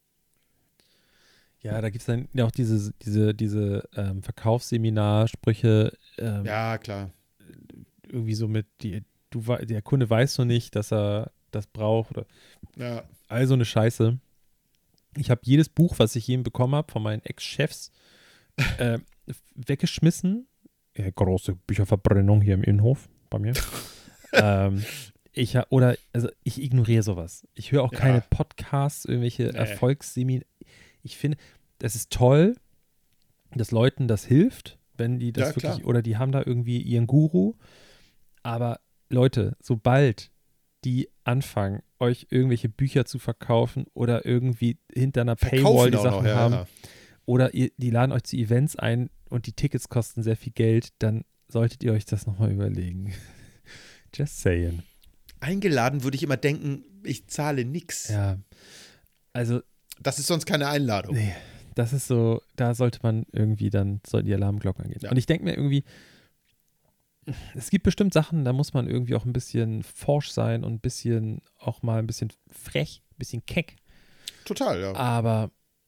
Ja, da gibt es dann ja auch diese, diese, diese ähm, Verkaufsseminar-Sprüche, ähm, Ja, klar. irgendwie so mit, die, du, wei- der Kunde weiß noch nicht, dass er das braucht oder Ja, all so eine Scheiße. Ich habe jedes Buch, was ich jedem bekommen habe, von meinen Ex-Chefs, äh, weggeschmissen. Ja, große Bücherverbrennung hier im Innenhof bei mir. ähm, ich ha- oder, also ich ignoriere sowas. Ich höre auch Ja. keine Podcasts, irgendwelche Nee. Erfolgsseminare. Ich finde, das ist toll, dass Leuten das hilft, wenn die das Ja, wirklich, klar. oder die haben da irgendwie ihren Guru. Aber Leute, sobald die anfangen, euch irgendwelche Bücher zu verkaufen oder irgendwie hinter einer Paywall die Sachen noch, ja, haben ja. oder ihr, die laden euch zu Events ein und die Tickets kosten sehr viel Geld, dann solltet ihr euch das nochmal überlegen. Just saying. Eingeladen würde ich immer denken, ich zahle nix. Ja, also Das ist sonst keine Einladung. nee, das ist so, da sollte man irgendwie dann, sollten die Alarmglocken angehen. Ja. Und ich denke mir irgendwie, es gibt bestimmt Sachen, da muss man irgendwie auch ein bisschen forsch sein und ein bisschen, auch mal ein bisschen frech, ein bisschen keck. Total, ja. Aber,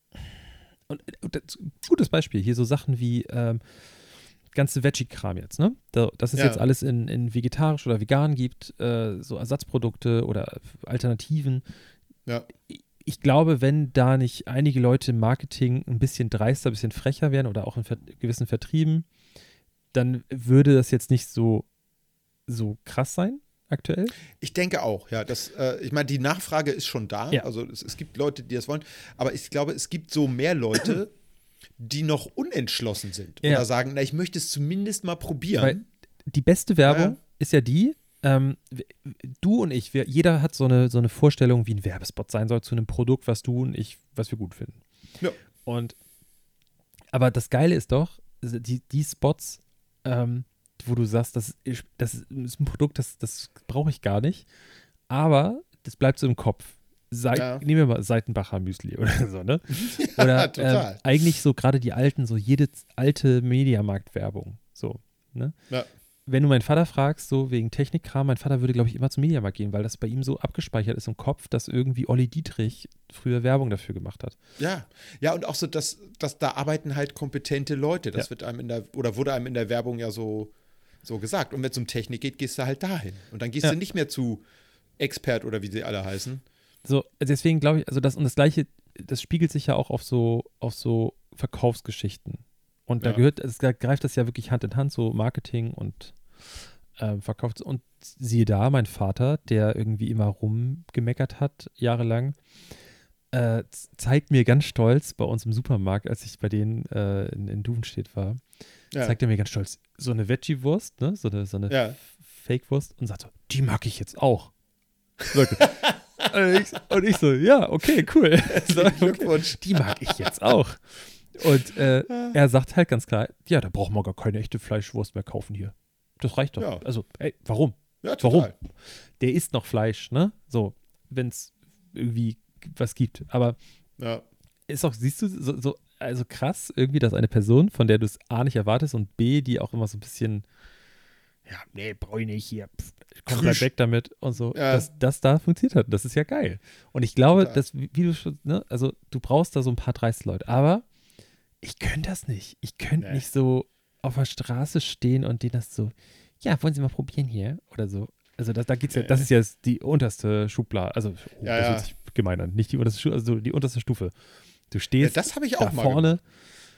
und, und das, gutes Beispiel, hier so Sachen wie ähm, ganze Veggie-Kram jetzt, ne? Da, dass es Ja. jetzt alles in, in vegetarisch oder vegan gibt, äh, so Ersatzprodukte oder Alternativen. Ja. Ich glaube, wenn da nicht einige Leute im Marketing ein bisschen dreister, ein bisschen frecher wären oder auch in ver- gewissen Vertrieben, dann würde das jetzt nicht so, so krass sein aktuell. Ich denke auch, ja. Das, äh, ich meine, die Nachfrage ist schon da. Ja. Also es, es gibt Leute, die das wollen. Aber ich glaube, es gibt so mehr Leute, die noch unentschlossen sind. Ja. Oder sagen, na, ich möchte es zumindest mal probieren. Weil die beste Werbung Ja, ja. ist ja die, ähm, w- du und ich, wir, jeder hat so eine, so eine Vorstellung, wie ein Werbespot sein soll zu einem Produkt, was du und ich, was wir gut finden. Ja. Und aber das Geile ist doch, die, die Spots, ähm, wo du sagst, das ist, das ist ein Produkt, das, das brauche ich gar nicht, aber das bleibt so im Kopf. Seit, Ja. Nehmen wir mal Seitenbacher Müsli oder so, ne? Oder total. ähm, eigentlich so gerade die alten, so jede alte Mediamarkt-Werbung, so, ne? Ja. Wenn du meinen Vater fragst, so wegen Technikkram, mein Vater würde, glaube ich, immer zum Mediamarkt gehen, weil das bei ihm so abgespeichert ist im Kopf, dass irgendwie Olli Dietrich früher Werbung dafür gemacht hat. Ja, ja, und auch so, dass, dass da arbeiten halt kompetente Leute. Das Ja. wird einem in der, oder wurde einem in der Werbung ja so, so gesagt. Und wenn es um Technik geht, gehst du halt dahin. Und dann gehst Ja. du nicht mehr zu Expert oder wie sie alle heißen. So, deswegen glaube ich, also das und das Gleiche, das spiegelt sich ja auch auf so, auf so Verkaufsgeschichten. Und da Ja. gehört, es greift das ja wirklich Hand in Hand, so Marketing und ähm, Verkaufs- und siehe da, mein Vater, der irgendwie immer rumgemeckert hat, jahrelang, äh, z- zeigt mir ganz stolz bei uns im Supermarkt, als ich bei denen äh, in, in Duvenstedt war, Ja. zeigt er mir ganz stolz so eine Veggie-Wurst, ne? so eine, so eine Ja. F- Fake-Wurst und sagt so, die mag ich jetzt auch. Sagt er. und, ich, und ich so, ja, okay, cool. So, okay, Glückwunsch. die mag ich jetzt auch. Und äh, er sagt halt ganz klar, ja, da brauchen wir gar keine echte Fleischwurst mehr kaufen hier. Das reicht doch. Ja. Also, ey, warum? Ja, Warum? total. Der isst noch Fleisch, ne? So, wenn es irgendwie was gibt. Aber Ja. ist auch, siehst du, so, so also krass irgendwie, dass eine Person, von der du es A nicht erwartest und B, die auch immer so ein bisschen, ja, nee, brauche ich nicht hier, pff, komm bleib Krüsch. weg damit und so, Ja. dass das da funktioniert hat. Das ist ja geil. Und ich glaube, Total. dass, wie wie du schon, ne, also du brauchst da so ein paar dreiste Leute, aber ich könnte das nicht. Ich könnte Nee. nicht so auf der Straße stehen und denen das so, ja, wollen Sie mal probieren hier oder so. Also das, da geht's ja, Nee. das ist ja die unterste Schublade, also oh, Ja, das ja. hört sich gemein an, nicht die unterste Stufe, also die unterste Stufe. Du Ja, stehst das habe ich da auch mal vorne gemacht.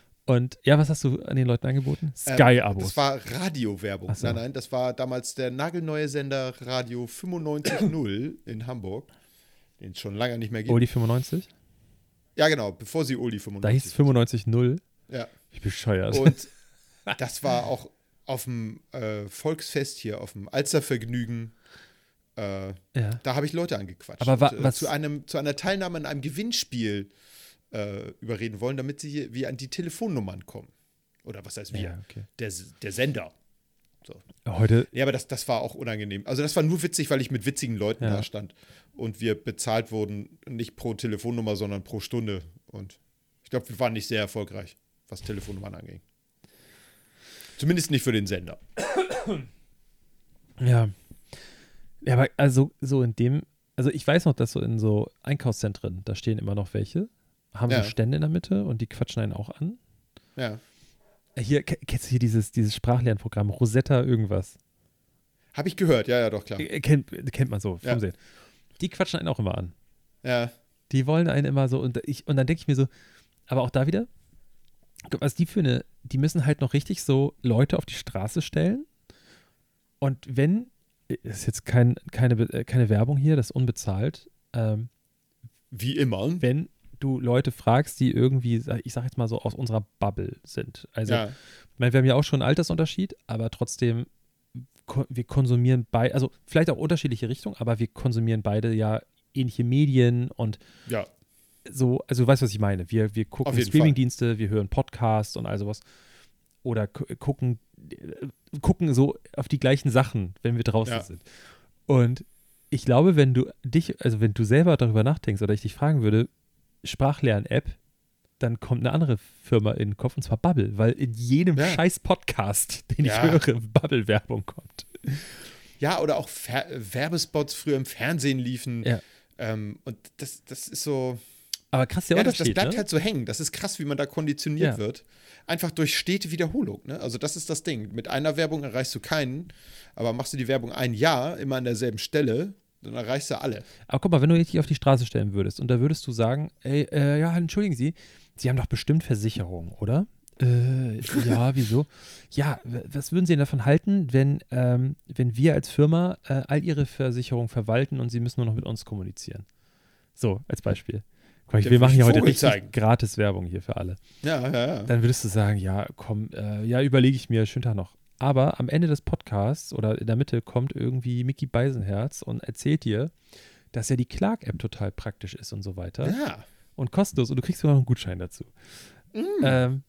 und ja, was hast du an den Leuten angeboten? Ähm, Sky-Abos. Das war Radiowerbung. Ach so. Nein, nein, das war damals der nagelneue Sender Radio fünfundneunzig null in Hamburg, den es schon lange nicht mehr gibt. Oldie fünfundneunzig? Ja, genau, bevor sie Oldie Da fünfundneunzig. hieß es fünfundneunzig null. Ja. Wie bescheuert. Und das war auch auf dem äh, Volksfest hier, auf dem Alstervergnügen. Äh, ja. da habe ich Leute angequatscht. Aber wa- und, äh, was- zu, einem, zu einer Teilnahme an einem Gewinnspiel äh, überreden wollen, damit sie hier, wir an die Telefonnummern kommen. Oder was heißt wir? Ja, okay. Der, der Sender. Heute, Ja, aber das, das war auch unangenehm. Also das war nur witzig, weil ich mit witzigen Leuten Ja. da stand und wir bezahlt wurden, nicht pro Telefonnummer, sondern pro Stunde. Und ich glaube, wir waren nicht sehr erfolgreich, was Telefonnummern anging. Zumindest nicht für den Sender. ja. Ja, aber also so in dem, also ich weiß noch, dass so in so Einkaufszentren, da stehen immer noch welche, haben Ja. so Stände in der Mitte und die quatschen einen auch an. Ja. Hier, ke- kennst du hier dieses, dieses Sprachlernprogramm, Rosetta irgendwas? Habe ich gehört, ja, ja, doch, klar. Äh, Kennt, kennt man so, Ja. Fernsehen. Die quatschen einen auch immer an. Ja, Die wollen einen immer so, und, ich, und dann denke ich mir so, aber auch da wieder, was die für eine, die müssen halt noch richtig so Leute auf die Straße stellen. Und wenn, das ist jetzt kein, keine, Be- keine Werbung hier, das ist unbezahlt, ähm, wie immer. wenn du Leute fragst, die irgendwie, ich sag jetzt mal so, aus unserer Bubble sind. Also, Ja, ich meine, wir haben ja auch schon einen Altersunterschied, aber trotzdem ko- wir konsumieren beide, also vielleicht auch unterschiedliche Richtungen, aber wir konsumieren beide ja ähnliche Medien und Ja, so, also du weißt, was ich meine. Wir, wir Auf gucken jeden Streamingdienste, wir hören Podcasts und all sowas. Oder gu- gucken, äh, gucken so auf die gleichen Sachen, wenn wir draußen Ja. sind. Und ich glaube, wenn du dich, also wenn du selber darüber nachdenkst oder ich dich fragen würde, Sprachlern-App, dann kommt eine andere Firma in den Kopf, und zwar Bubble, weil in jedem Ja. scheiß Podcast, den Ja. ich höre, Bubble-Werbung kommt. ja, oder auch Fer Werbespots früher im Fernsehen liefen. Ja. Ähm, und das, das ist so. Aber krass der Ja, das, das Unterschied, bleibt ne? halt so hängen. Das ist krass, wie man da konditioniert Ja. wird. Einfach durch stete Wiederholung. Ne? Also, das ist das Ding. Mit einer Werbung erreichst du keinen, aber machst du die Werbung ein Jahr, immer an derselben Stelle, dann erreichst du alle. Aber guck mal, wenn du dich auf die Straße stellen würdest und da würdest du sagen, ey, äh, ja, entschuldigen Sie, Sie haben doch bestimmt Versicherung, oder? Äh, ja, wieso? Ja, w- was würden Sie denn davon halten, wenn, ähm, wenn wir als Firma äh, all Ihre Versicherungen verwalten und Sie müssen nur noch mit uns kommunizieren? So, als Beispiel. Guck mal, Ja, wir machen hier heute Vogel richtig zeigen. gratis Werbung hier für alle. Ja, ja, ja. Dann würdest du sagen, ja, komm, äh, ja, überlege ich mir, schönen Tag noch. Aber am Ende des Podcasts oder in der Mitte kommt irgendwie Micky Beisenherz und erzählt dir, dass ja die Clark-App total praktisch ist und so weiter. ja. Und kostenlos und du kriegst sogar noch einen Gutschein dazu. Mm. Ähm,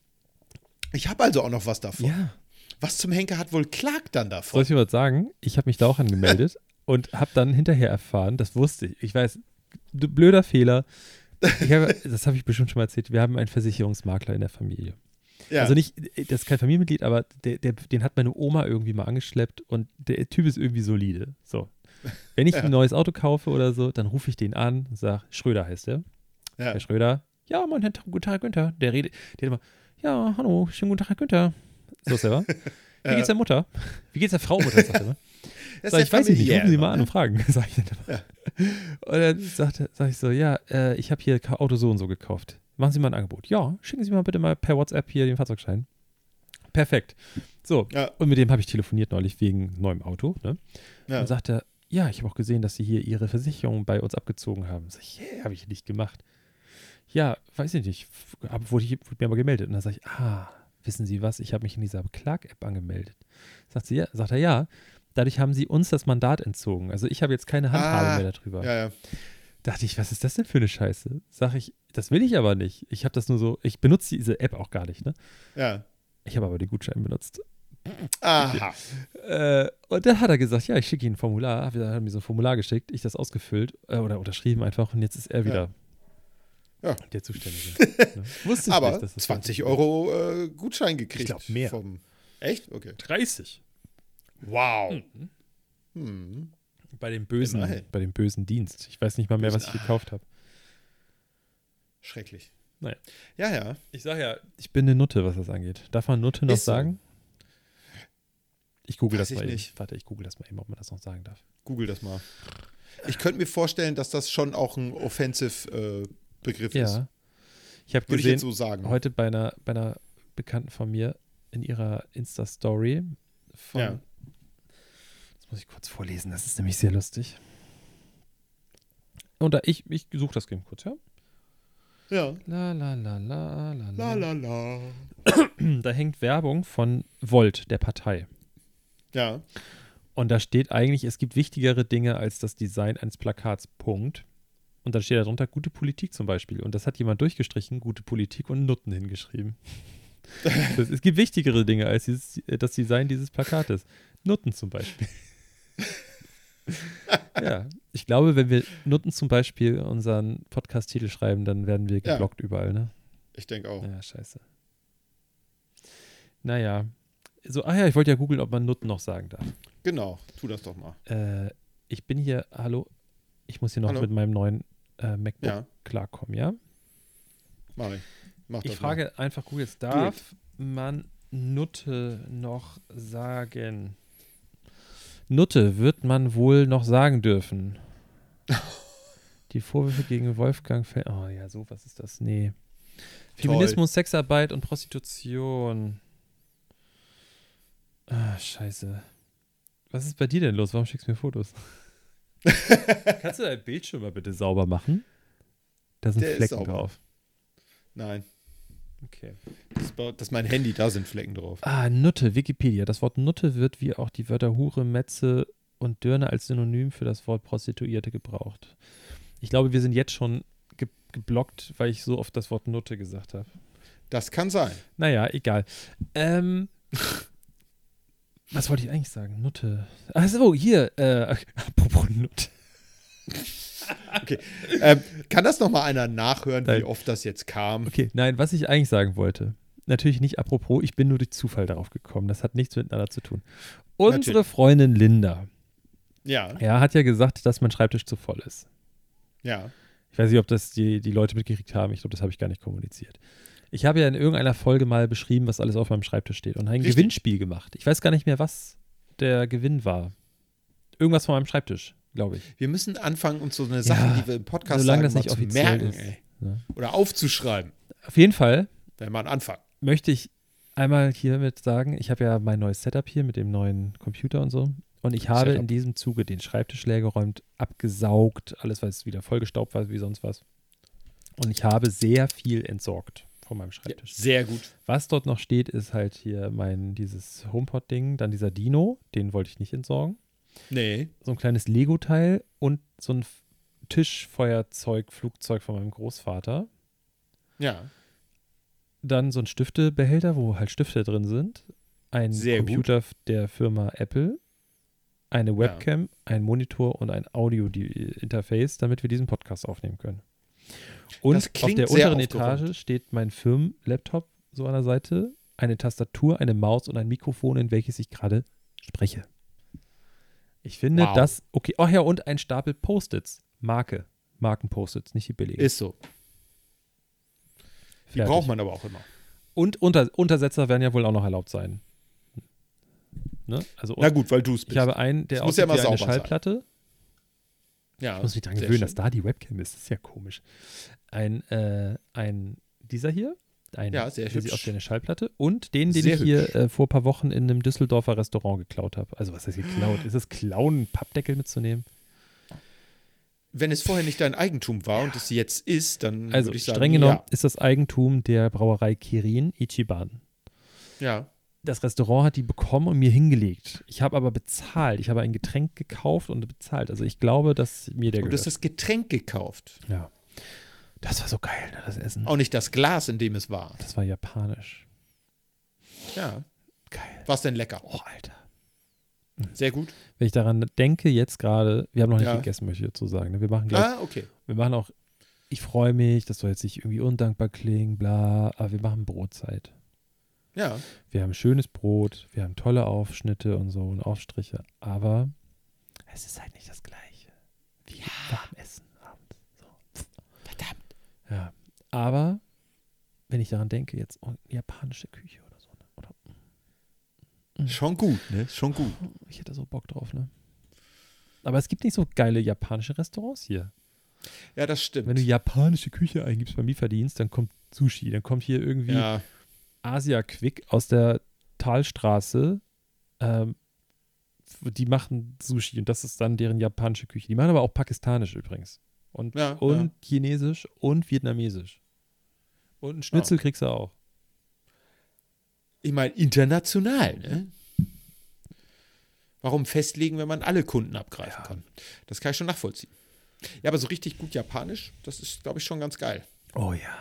Ich habe also auch noch was davon. ja. Was zum Henker hat wohl Clark dann Soll davon? ich dir was sagen? Ich habe mich da auch angemeldet und habe dann hinterher erfahren, das wusste ich. Ich weiß, du, blöder Fehler. Ich habe, das habe ich bestimmt schon mal erzählt. Wir haben einen Versicherungsmakler in der Familie. Ja. Also nicht, das ist kein Familienmitglied, aber der, der, den hat meine Oma irgendwie mal angeschleppt und der Typ ist irgendwie solide. So. Wenn ich Ja. ein neues Auto kaufe oder so, dann rufe ich den an und sage, Schröder heißt der. ja. Herr Schröder, ja, moin, Herr, guten Tag, Herr Günther. Der redet, der immer, ja, hallo, schönen guten Tag, Herr Günther. So selber. Wie geht's der Mutter? Wie geht's der Frau Mutter? Sagt er immer. Das Sag ist ich, ja weiß ich nicht, familiär rufen Sie mal immer, an ne? und fragen, sag ich dann immer. Und dann sagt, sag ich so, ja, äh, ich habe hier Ka- Auto so und so gekauft. Machen Sie mal ein Angebot. Ja, schicken Sie mal bitte mal per WhatsApp hier den Fahrzeugschein. Perfekt. So, Ja. und mit dem habe ich telefoniert neulich wegen neuem Auto. Ne? Ja. Und sagte, ja, ich habe auch gesehen, dass Sie hier Ihre Versicherung bei uns abgezogen haben. Sag ich, yeah, habe ich nicht gemacht. Ja, weiß ich nicht. Hab, wurde, ich, wurde mir aber gemeldet. Und dann sage ich, ah, wissen Sie was? Ich habe mich in dieser Clark-App angemeldet. Sagt, sie, ja, sagt er, ja. Dadurch haben Sie uns das Mandat entzogen. Also ich habe jetzt keine Handhabe Ah, mehr darüber. Ja, ja. Dachte ich, was ist das denn für eine Scheiße? Sag ich, das will ich aber nicht. Ich habe das nur so, ich benutze diese App auch gar nicht, ne? Ja. Ich habe aber den Gutschein benutzt. Aha. Äh, und dann hat er gesagt, ja, ich schicke Ihnen ein Formular. Er hat mir so ein Formular geschickt, ich das ausgefüllt äh, oder unterschrieben einfach und jetzt ist er wieder Ja. der Zuständige. Ne? Wusste ich Aber nicht, dass das zwanzig funktioniert. Euro äh, Gutschein gekriegt. Ich glaub, mehr. Vom, echt? Okay. dreißig. Wow. Mhm. Hm. Bei dem bösen, Immerhin. bei dem bösen Dienst. Ich weiß nicht mal mehr, was ich Bösen- gekauft habe. Schrecklich. Naja. Ja, ja. Ich sage ja, ich bin eine Nutte, was das angeht. Darf man Nutte noch Ist so. sagen? Ich google Weiß das ich mal nicht. eben. Warte, ich google das mal eben, ob man das noch sagen darf. Google das mal. Ich könnte mir vorstellen, dass das schon auch ein Offensive-Begriff ist. Ja. Ich habe Würde ich gesehen, jetzt so sagen. heute bei einer, bei einer Bekannten von mir in ihrer Insta-Story von. Ja. Das muss ich kurz vorlesen, das ist nämlich sehr lustig. Und da, ich, ich suche das eben kurz, ja? Ja. La la la la la La la. la la. Da hängt Werbung von Volt, der Partei. Ja. Und da steht eigentlich, es gibt wichtigere Dinge als das Design eines Plakats, Punkt. Und dann steht darunter gute Politik zum Beispiel. Und das hat jemand durchgestrichen, gute Politik und Nutten hingeschrieben. das, es gibt wichtigere Dinge als dieses, das Design dieses Plakates. Nutten zum Beispiel. Ja, ich glaube, wenn wir Nutten zum Beispiel unseren Podcast-Titel schreiben, dann werden wir Ja. geblockt überall, ne? Ich denke auch. Ja, scheiße. Naja. So, ah ja, ich wollte ja googeln, ob man Nutten noch sagen darf. Genau. Tu das doch mal. Äh, ich bin hier, hallo, ich muss hier noch Hallo. mit meinem neuen äh, MacBook Ja. klarkommen, ja? Mach ich. Mach Ich das frage einfach Google, jetzt darf man Nutte noch sagen? Nutte wird man wohl noch sagen dürfen. Die Vorwürfe gegen Wolfgang Fel Oh ja, so, was ist das? Nee. Feminismus, Sexarbeit und Prostitution. Ah, scheiße. Was ist bei dir denn los? Warum schickst du mir Fotos? Kannst du dein Bildschirm mal bitte sauber machen? Da sind Der ist Flecken sauber. drauf. Nein. Okay. Das, dass mein Handy, da sind Flecken drauf. Ah, Nutte, Wikipedia. Das Wort Nutte wird wie auch die Wörter Hure, Metze und Dirne als Synonym für das Wort Prostituierte gebraucht. Ich glaube, wir sind jetzt schon ge- geblockt, weil ich so oft das Wort Nutte gesagt habe. Das kann sein. Naja, egal. Ähm, was wollte ich eigentlich sagen? Nutte. Achso, hier. Äh, apropos Nutte. Okay. Ähm, kann das nochmal einer nachhören, Nein. wie oft das jetzt kam? Okay, nein, was ich eigentlich sagen wollte. Natürlich nicht apropos, ich bin nur durch Zufall darauf gekommen. Das hat nichts miteinander zu tun. Unsere Natürlich. Freundin Linda, Ja, ja, hat ja gesagt, dass mein Schreibtisch zu voll ist. ja. Ich weiß nicht, ob das die, die Leute mitgekriegt haben. Ich glaube, das habe ich gar nicht kommuniziert. Ich habe ja in irgendeiner Folge mal beschrieben, was alles auf meinem Schreibtisch steht und ein Richtig. Gewinnspiel gemacht. Ich weiß gar nicht mehr, was der Gewinn war. Irgendwas von meinem Schreibtisch, glaube ich. Wir müssen anfangen, uns so eine Sache, Ja, die wir im Podcast solange sagen, das mal nicht zu offiziell merken, ist. ey. Ne? Oder aufzuschreiben. Auf jeden Fall Wäre mal ein Anfang. möchte ich einmal hiermit sagen, ich habe ja mein neues Setup hier mit dem neuen Computer und so. Und ich habe Setup. in diesem Zuge den Schreibtisch leergeräumt, abgesaugt, alles, was wieder vollgestaubt war, wie sonst was. Und ich habe sehr viel entsorgt von meinem Ja, Schreibtisch. sehr gut. Was dort noch steht, ist halt hier mein, dieses HomePod-Ding, dann dieser Dino, den wollte ich nicht entsorgen. Nee. So ein kleines Lego-Teil und so ein F- Tischfeuerzeug, Flugzeug von meinem Großvater. Ja. Dann so ein Stiftebehälter, wo halt Stifte drin sind. Ein Sehr gut. Computer f- der Firma Apple. Eine Webcam, ein Monitor und ein Audio-Interface, damit wir diesen Podcast aufnehmen können. Und Das auf klingt der sehr unteren aufgeräumt. Etage steht mein Firmen-Laptop so an der Seite, eine Tastatur, eine Maus und ein Mikrofon, in welches ich gerade spreche. Ich finde Wow. das okay. Ach ja, und ein Stapel Post-its. Marke. Marken-Post-its, nicht die billigen. Ist so. Die Fertig. braucht man aber auch immer. Und unter, Untersetzer werden ja wohl auch noch erlaubt sein. Ne? Also Na gut, weil du es bist. ich habe einen, der Es muss ja aussieht immer wie eine sauber sein. Schallplatte. ja, Ich muss mich daran sehr gewöhnen, schön. dass da die Webcam ist. Das ist ja komisch. Ein, äh, ein dieser hier, ein, Ja, sehr der sieht hübsch. aus wie eine Schallplatte. Und den, den Sehr ich hier äh, vor ein paar Wochen in einem Düsseldorfer Restaurant geklaut habe. Also was heißt geklaut? Ist es Klauen, einen Pappdeckel mitzunehmen? Wenn es vorher nicht dein Eigentum war und es jetzt ist, dann Also würde ich sagen, streng genommen ja. ist das Eigentum der Brauerei Kirin Ichiban. ja. Das Restaurant hat die bekommen und mir hingelegt. Ich habe aber bezahlt. Ich habe ein Getränk gekauft und bezahlt. Also ich glaube, dass mir der Und du hast gehört. das Getränk gekauft. Ja. Das war so geil, ne, das Essen. Auch nicht das Glas, in dem es war. Das war japanisch. Ja. Geil. War es denn lecker? Oh, Alter. Sehr gut. Wenn ich daran denke, jetzt gerade, wir haben noch nicht Ja. gegessen, möchte ich dazu sagen. ne? Wir machen gleich, Ah, okay. wir machen auch, ich freue mich, das soll jetzt nicht irgendwie undankbar klingen, bla, aber wir machen Brotzeit. Ja. Wir haben schönes Brot, wir haben tolle Aufschnitte und so und Aufstriche, aber es ist halt nicht das Gleiche wie warm essen abends. So. Verdammt. Ja, aber wenn ich daran denke, jetzt oh, japanische Küche oder so, ne? Oder Mhm. Schon gut, ne? Schon gut. ich hätte so Bock drauf, ne? Aber es gibt nicht so geile japanische Restaurants hier. Ja, das stimmt. Wenn du japanische Küche eingibst beim Lieferdienst, dann kommt Sushi, dann kommt hier irgendwie ja. Asia Quick aus der Talstraße. Ähm, die machen Sushi und das ist dann deren japanische Küche. Die machen aber auch pakistanisch übrigens. Und, Ja, und ja. chinesisch und vietnamesisch. Und einen Schnitzel kriegst du auch. Ich meine, international, ne? Warum festlegen, wenn man alle Kunden abgreifen kann? Das kann ich schon nachvollziehen. Ja, aber so richtig gut japanisch, das ist, glaube ich, schon ganz geil. Oh ja.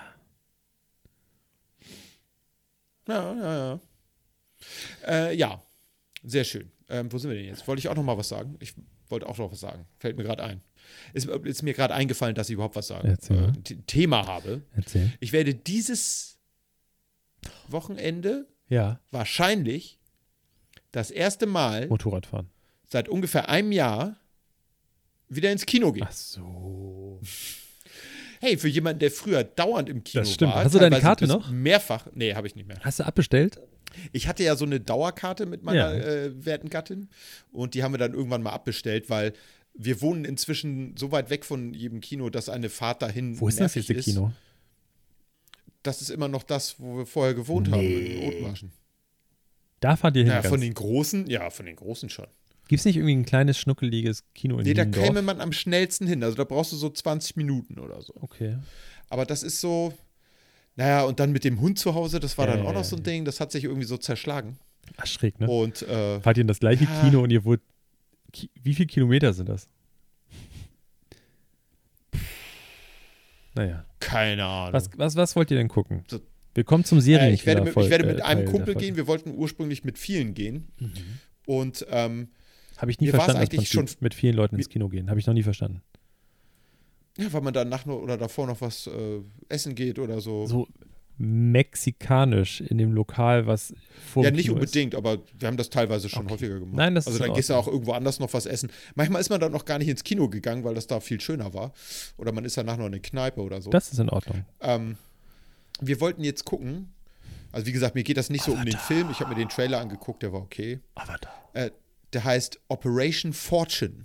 Ja, ja, ja. Äh, ja, sehr schön. Ähm, wo sind wir denn jetzt? Wollte ich auch noch mal was sagen? Ich wollte auch noch was sagen. Fällt mir gerade ein. Ist, ist mir gerade eingefallen, dass ich überhaupt was sagen, Erzähl äh, mal. ein T- Thema habe. Erzähl. Ich werde dieses Wochenende Ja, wahrscheinlich das erste Mal Motorradfahren. seit ungefähr einem Jahr wieder ins Kino gehen. Ach so. Hey, für jemanden, der früher dauernd im Kino Das stimmt. war. Hast du deine teilweise Karte bis noch? Mehrfach. Nee, habe ich nicht mehr. Hast du abbestellt? Ich hatte ja so eine Dauerkarte mit meiner Ja. äh, werten Gattin und die haben wir dann irgendwann mal abbestellt, weil wir wohnen inzwischen so weit weg von jedem Kino, dass eine Fahrt dahin Wo ist das nervig jetzt, das Kino? Das ist immer noch das, wo wir vorher gewohnt haben, in Othmarschen. Da fahrt ihr hin. Ja, ganz. von den Großen, ja, von den Großen schon. Gibt es nicht irgendwie ein kleines, schnuckeliges Kino in Nee, da Niendorf? käme man am schnellsten hin. Also da brauchst du so zwanzig Minuten oder so. Okay. Aber das ist so, Naja, und dann mit dem Hund zu Hause, das war Ja, dann ja, auch noch ja, so ein ja. Ding, das hat sich irgendwie so zerschlagen. Ach, schräg, ne? Und äh, Fahrt ihr in das gleiche ja. Kino und ihr wurde. Ki wie viele Kilometer sind das? Naja. keine Ahnung. Was, was, was wollt ihr denn gucken? So- Wir kommen zum äh, Serien. ich, werde mit, ich werde mit einem Kumpel gehen, wir wollten ursprünglich mit vielen gehen. Mhm. Und ähm, Habe ich nie Mir war's verstanden, das eigentlich Prinzip, schon- mit vielen Leuten ins Kino gehen. Habe ich noch nie verstanden. ja, weil man danach noch oder davor noch was äh, essen geht oder so. So mexikanisch in dem Lokal, was vor Ja, dem nicht Kino unbedingt, aber wir haben das teilweise schon Okay. häufiger gemacht. Nein, das also ist in dann gehst du auch Ordnung. irgendwo anders noch was essen. Manchmal ist man dann noch gar nicht ins Kino gegangen, weil das da viel schöner war. Oder man ist danach noch in eine Kneipe oder so. ist. Das ist in Ordnung. Ähm, wir wollten jetzt gucken. Also wie gesagt, mir geht das nicht so um den Film. Ich habe mir den Trailer angeguckt, der war okay. Avatar. Äh, der heißt Operation Fortune.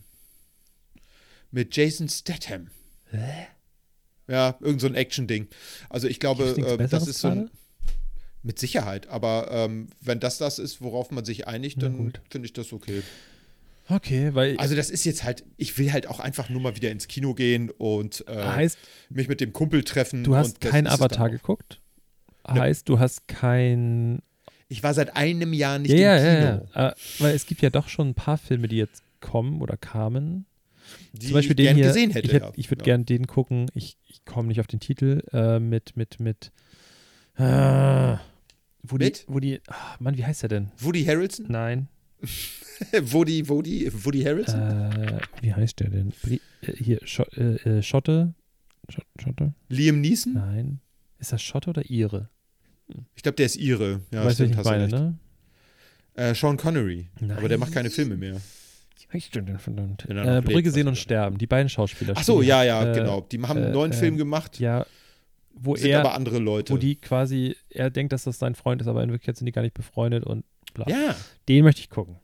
Mit Jason Statham. Hä? Ja, irgend so ein Action-Ding. Also ich glaube, Gibt's nichts äh, das Besseres ist so ein, gerade? mit Sicherheit. Aber ähm, wenn das das ist, worauf man sich einigt, Na dann gut. finde ich das okay. Okay, weil Also das ist jetzt halt, ich will halt auch einfach nur mal wieder ins Kino gehen und äh, heißt, mich mit dem Kumpel treffen. du hast und das kein ist es Avatar dann auch. geguckt? Nö. Heißt, du hast kein. Ich war seit einem Jahr nicht ja, im ja, Kino. ja, ja. Äh, weil es gibt ja doch schon ein paar Filme, die jetzt kommen oder kamen. Die Zum Beispiel ich den gern hier. gesehen hätte. ich hätt, ja. ich würde ja. gern den gucken. Ich, ich komme nicht auf den Titel. Äh, mit, mit, mit. Äh, wo Mit? die, wo die. Ah, Mann, wie heißt der denn? Woody Harrelson? Nein. Woody, Woody, Woody Harrelson? Äh, wie heißt der denn? Bri äh, hier, Scho äh, äh, Schotte? Schott Schotte? Liam Neeson? Nein. Ist das Schotte oder Ire? Ich glaube, der ist Ire. Ja, du weißt, welchen stimmt, ich hast du meine, recht. ne? Äh, Sean Connery. Nein. Aber der macht keine Filme mehr. Wie heißt der denn verdammt? Wenn er noch Äh, lebt, Brügge sehen weiß und ich sterben. Die beiden Schauspieler. Ach so, spielen- ja, ja, äh, genau. Die haben äh, einen neuen äh, Film gemacht, Ja, wo sind er, aber andere Leute. wo die quasi, er denkt, dass das sein Freund ist, aber in Wirklichkeit sind die gar nicht befreundet und bla. ja, Den möchte ich gucken.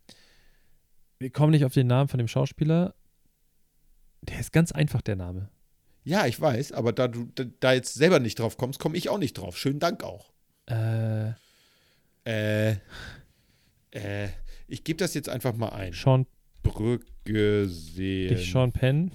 Wir kommen nicht auf den Namen von dem Schauspieler. Der ist ganz einfach, der Name. ja, ich weiß, aber da du da, da jetzt selber nicht drauf kommst, komme ich auch nicht drauf. Schönen Dank auch. Äh, Äh, äh, ich gebe das jetzt einfach mal ein. Sean, Brücke sehen. nicht Sean Penn.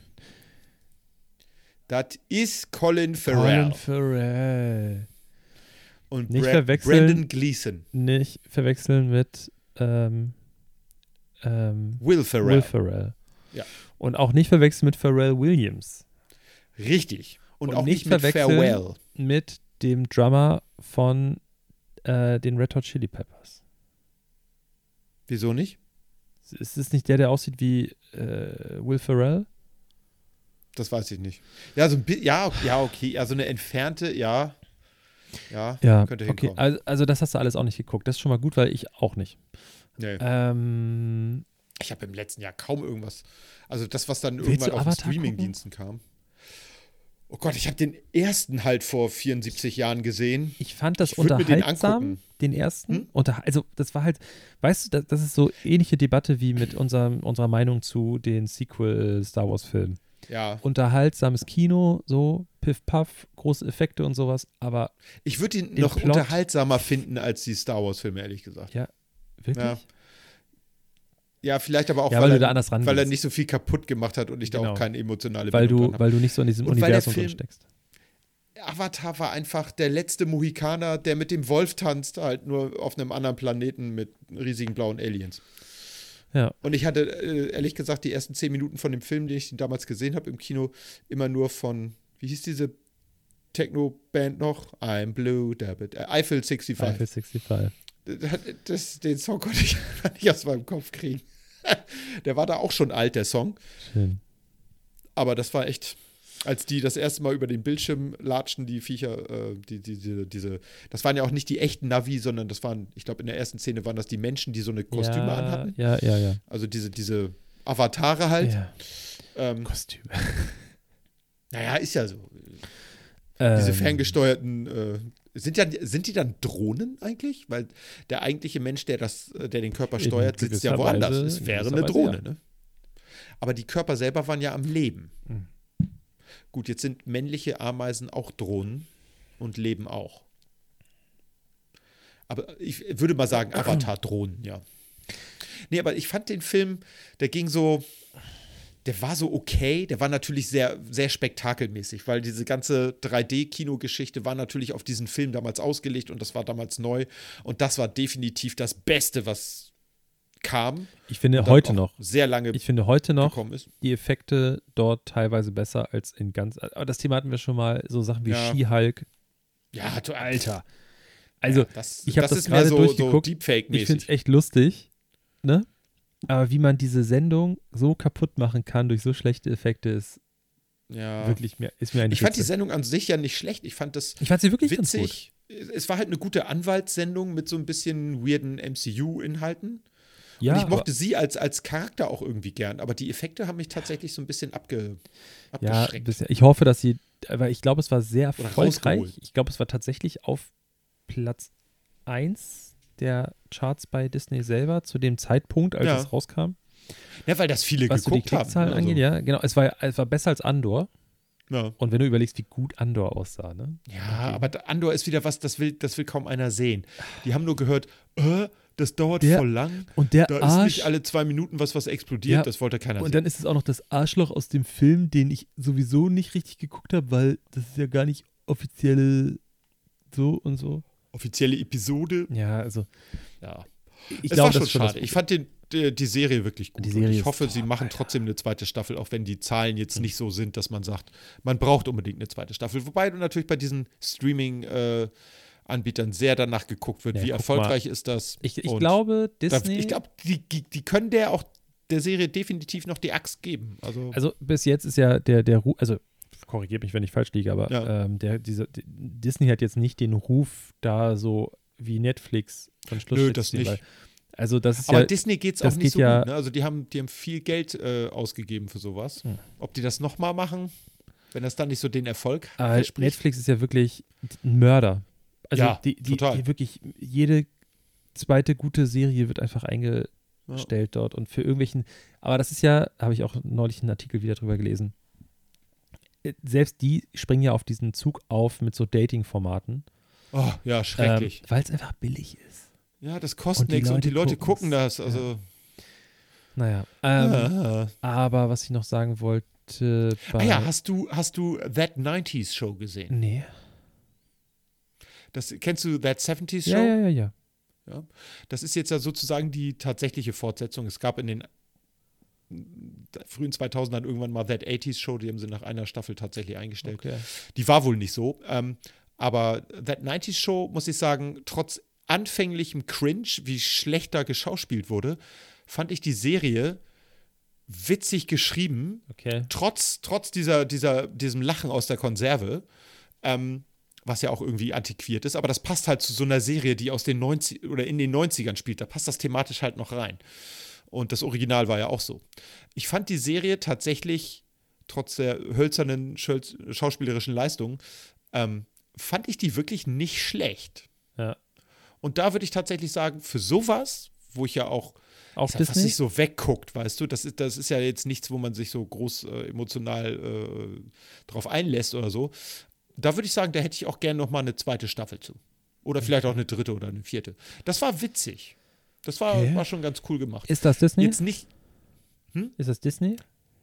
Das ist Colin Farrell. Colin Farrell. und Nicht Bra verwechseln. Brandon Gleeson. Nicht verwechseln mit ähm, ähm, Will Ferrell. Will Ferrell. Ja. Und auch nicht verwechseln mit Pharrell Williams. Richtig. Und, Und auch nicht nicht mit verwechseln. Farewell. Mit dem Drummer von äh, den Red Hot Chili Peppers. Wieso nicht? Ist es nicht der, der aussieht wie äh, Will Ferrell? Das weiß ich nicht. Ja, so ein bi- ja, ja, okay. Ja, so eine entfernte, ja. Ja, Ja, könnte okay. hinkommen. Also, also das hast du alles auch nicht geguckt. Das ist schon mal gut, weil ich auch nicht. Nee. Ähm, Ich habe im letzten Jahr kaum irgendwas. Also das, was dann Willst irgendwann du auf den Avatar Streamingdiensten kam. Oh Gott, ich habe den ersten halt vor vierundsiebzig Jahren gesehen. ich fand das Ich würd mir den unterhaltsam, angucken. den, ersten. Hm? Unter, also das war halt, weißt du, das, das ist so ähnliche Debatte wie mit unserem, unserer Meinung zu den Sequel-Star Wars-Filmen. Ja. Unterhaltsames Kino, so Piff Puff, große Effekte und sowas, aber Ich würde ihn Den noch Plot- unterhaltsamer finden als die Star Wars-Filme, ehrlich gesagt. ja, wirklich? Ja. Ja, vielleicht aber auch, Ja, weil du er, da anders rangehst. weil er nicht so viel kaputt gemacht hat und ich da Genau. auch keine emotionale Weil Bindung du, dran habe. weil du nicht so in diesem Und weil der Universum drin Film- steckst. Avatar war einfach der letzte Mohikaner, der mit dem Wolf tanzt, halt nur auf einem anderen Planeten mit riesigen blauen Aliens. Ja. Und ich hatte, äh, ehrlich gesagt, die ersten zehn Minuten von dem Film, den ich damals gesehen habe im Kino, immer nur von, wie hieß diese Techno-Band noch? I'm Blue, Dabbit, äh, Eiffel fünfundsechzig. Eiffel fünfundsiebzig. Das, das, den Song konnte ich einfach nicht aus meinem Kopf kriegen. Der war da auch schon alt, der Song. Schön. Aber das war echt, als die das erste Mal über den Bildschirm latschen, die Viecher, äh, die, die, die, diese, das waren ja auch nicht die echten Navi, sondern das waren, ich glaube, in der ersten Szene waren das die Menschen, die so eine Kostüme ja, anhatten. Ja, ja, ja. Also diese, diese Avatare halt. ja. Ähm, Kostüme. naja, ist ja so. Diese Ähm, ferngesteuerten, äh, sind, ja, sind die dann Drohnen eigentlich? Weil der eigentliche Mensch, der, das, der den Körper In steuert, sitzt ja gewisser woanders. Weise- Es in wäre gewisser eine Weise, Drohne, ja. ne? Aber die Körper selber waren ja am Leben. Mhm. Gut, jetzt sind männliche Ameisen auch Drohnen und leben auch. Aber ich würde mal sagen, Avatar-Drohnen, ja. Nee, aber ich fand den Film, der ging so, der war so okay, der war natürlich sehr, sehr spektakelmäßig, weil diese ganze drei D-Kino-Geschichte war natürlich auf diesen Film damals ausgelegt und das war damals neu und das war definitiv das Beste, was kam. Ich finde und dann heute auch noch, sehr lange ich finde heute noch gekommen ist. die Effekte dort teilweise besser als in ganz, aber das Thema hatten wir schon mal, so Sachen wie Ja. She-Hulk. Ja, du, Alter. Also, ja, das, ich habe das, ist mehr gerade so, so durchgeguckt. Ich finde es Deepfake-mäßig. echt lustig, ne? Aber wie man diese Sendung so kaputt machen kann durch so schlechte Effekte, ist Ja. wirklich mir, ist mir ein Ich fand die Rätsel. Sendung an sich ja nicht schlecht. Ich fand das Ich fand sie wirklich ganz gut. witzig. Es war halt eine gute Anwaltssendung mit so ein bisschen weirden M C U-Inhalten. Ja, und ich aber- mochte sie als, als Charakter auch irgendwie gern, aber die Effekte haben mich tatsächlich so ein bisschen abge, Ja, abgeschreckt. bisher. Ich hoffe, dass sie, aber ich glaube, es war sehr Oder erfolgreich. rausgeholt. Ich glaube, es war tatsächlich auf Platz eins der Charts bei Disney selber zu dem Zeitpunkt, als Ja. es rauskam. Ja, weil das viele Was so die geguckt haben. Klickzahlen ne? Also, angeht, ja, genau. Es war, es war besser als Andor. ja. Und wenn du überlegst, wie gut Andor aussah, ne? Ja, aber da- Andor ist wieder was, das will, das will kaum einer sehen. Die haben nur gehört, äh, das dauert Der- voll lang. Und der Da ist Arsch. nicht alle zwei Minuten was, was explodiert. Ja, Das wollte keiner Und sehen. dann ist es auch noch das Arschloch aus dem Film, den ich sowieso nicht richtig geguckt habe, weil das ist ja gar nicht offizielle so und so. Offizielle Episode. Ja, also Ja. ich es glaube, war schon das ist schon schade. das Ich fand den, die, die Serie wirklich gut. Die und Serie ich ist hoffe, sie top, machen Alter. trotzdem eine zweite Staffel, auch wenn die Zahlen jetzt nicht so sind, dass man sagt, man braucht unbedingt eine zweite Staffel. Wobei du natürlich bei diesen Streaming-Anbietern sehr danach geguckt wird, Ja, wie guck erfolgreich ist das. Ich, ich Und glaube, da, Disney. ich glaube, die, die, die können der auch der Serie definitiv noch die Axt geben. Also, Also bis jetzt ist ja der, der Ruf, also korrigiert mich, wenn ich falsch liege, aber Ja. ähm, der, diese, die, Disney hat jetzt nicht den Ruf, da so wie Netflix von Schluss Nö, zu das ziehen, nicht. weil- Also das ist aber ja, Disney geht es das auch nicht geht so ja- gut. Ne? Also die haben, die haben viel Geld äh, ausgegeben für sowas. Hm. Ob die das nochmal machen, wenn das dann nicht so den Erfolg aber verspricht. Netflix ist ja wirklich ein Mörder. Also Ja, die, die, total. die wirklich, jede zweite gute Serie wird einfach eingestellt Ja. dort und für irgendwelchen, aber das ist ja, habe ich auch neulich einen Artikel wieder drüber gelesen, Äh, selbst die springen ja auf diesen Zug auf mit so Dating-Formaten, Oh, ja, ähm, schrecklich. weil es einfach billig ist. ja, das kostet und die nichts und die Leute Leute gucken gucken's. das. Also, Naja, ähm, ah. aber was ich noch sagen wollte, bei, ah ja, hast du, hast du That nineties Show gesehen? nee, Das, kennst du That seventies Show? ja, ja, ja, ja, Ja. Das ist jetzt ja sozusagen die tatsächliche Fortsetzung. Es gab in den frühen zweitausendern irgendwann mal That eighties Show, die haben sie nach einer Staffel tatsächlich eingestellt. okay. Die war wohl nicht so. Ähm, aber That nineties Show, muss ich sagen, trotz anfänglichem Cringe, wie schlecht da geschauspielt wurde, fand ich die Serie witzig geschrieben, Okay. trotz, trotz dieser, dieser, diesem Lachen aus der Konserve, ähm, was ja auch irgendwie antiquiert ist, aber das passt halt zu so einer Serie, die aus den neunzig oder in den neunzigern spielt. Da passt das thematisch halt noch rein. Und das Original war ja auch so. Ich fand die Serie tatsächlich, trotz der hölzernen Schölz schauspielerischen Leistung, ähm, fand ich die wirklich nicht schlecht. Ja. Und da würde ich tatsächlich sagen, für sowas, wo ich ja auch Auch ist halt, was Disney? sich so wegguckt, weißt du, das ist, das ist ja jetzt nichts, wo man sich so groß äh, emotional äh, drauf einlässt oder so. Da würde ich sagen, da hätte ich auch gerne noch mal eine zweite Staffel zu. Oder vielleicht auch eine dritte oder eine vierte. Das war witzig. Das war, Okay. war schon ganz cool gemacht. Ist das Disney? Jetzt nicht, Ist das Disney?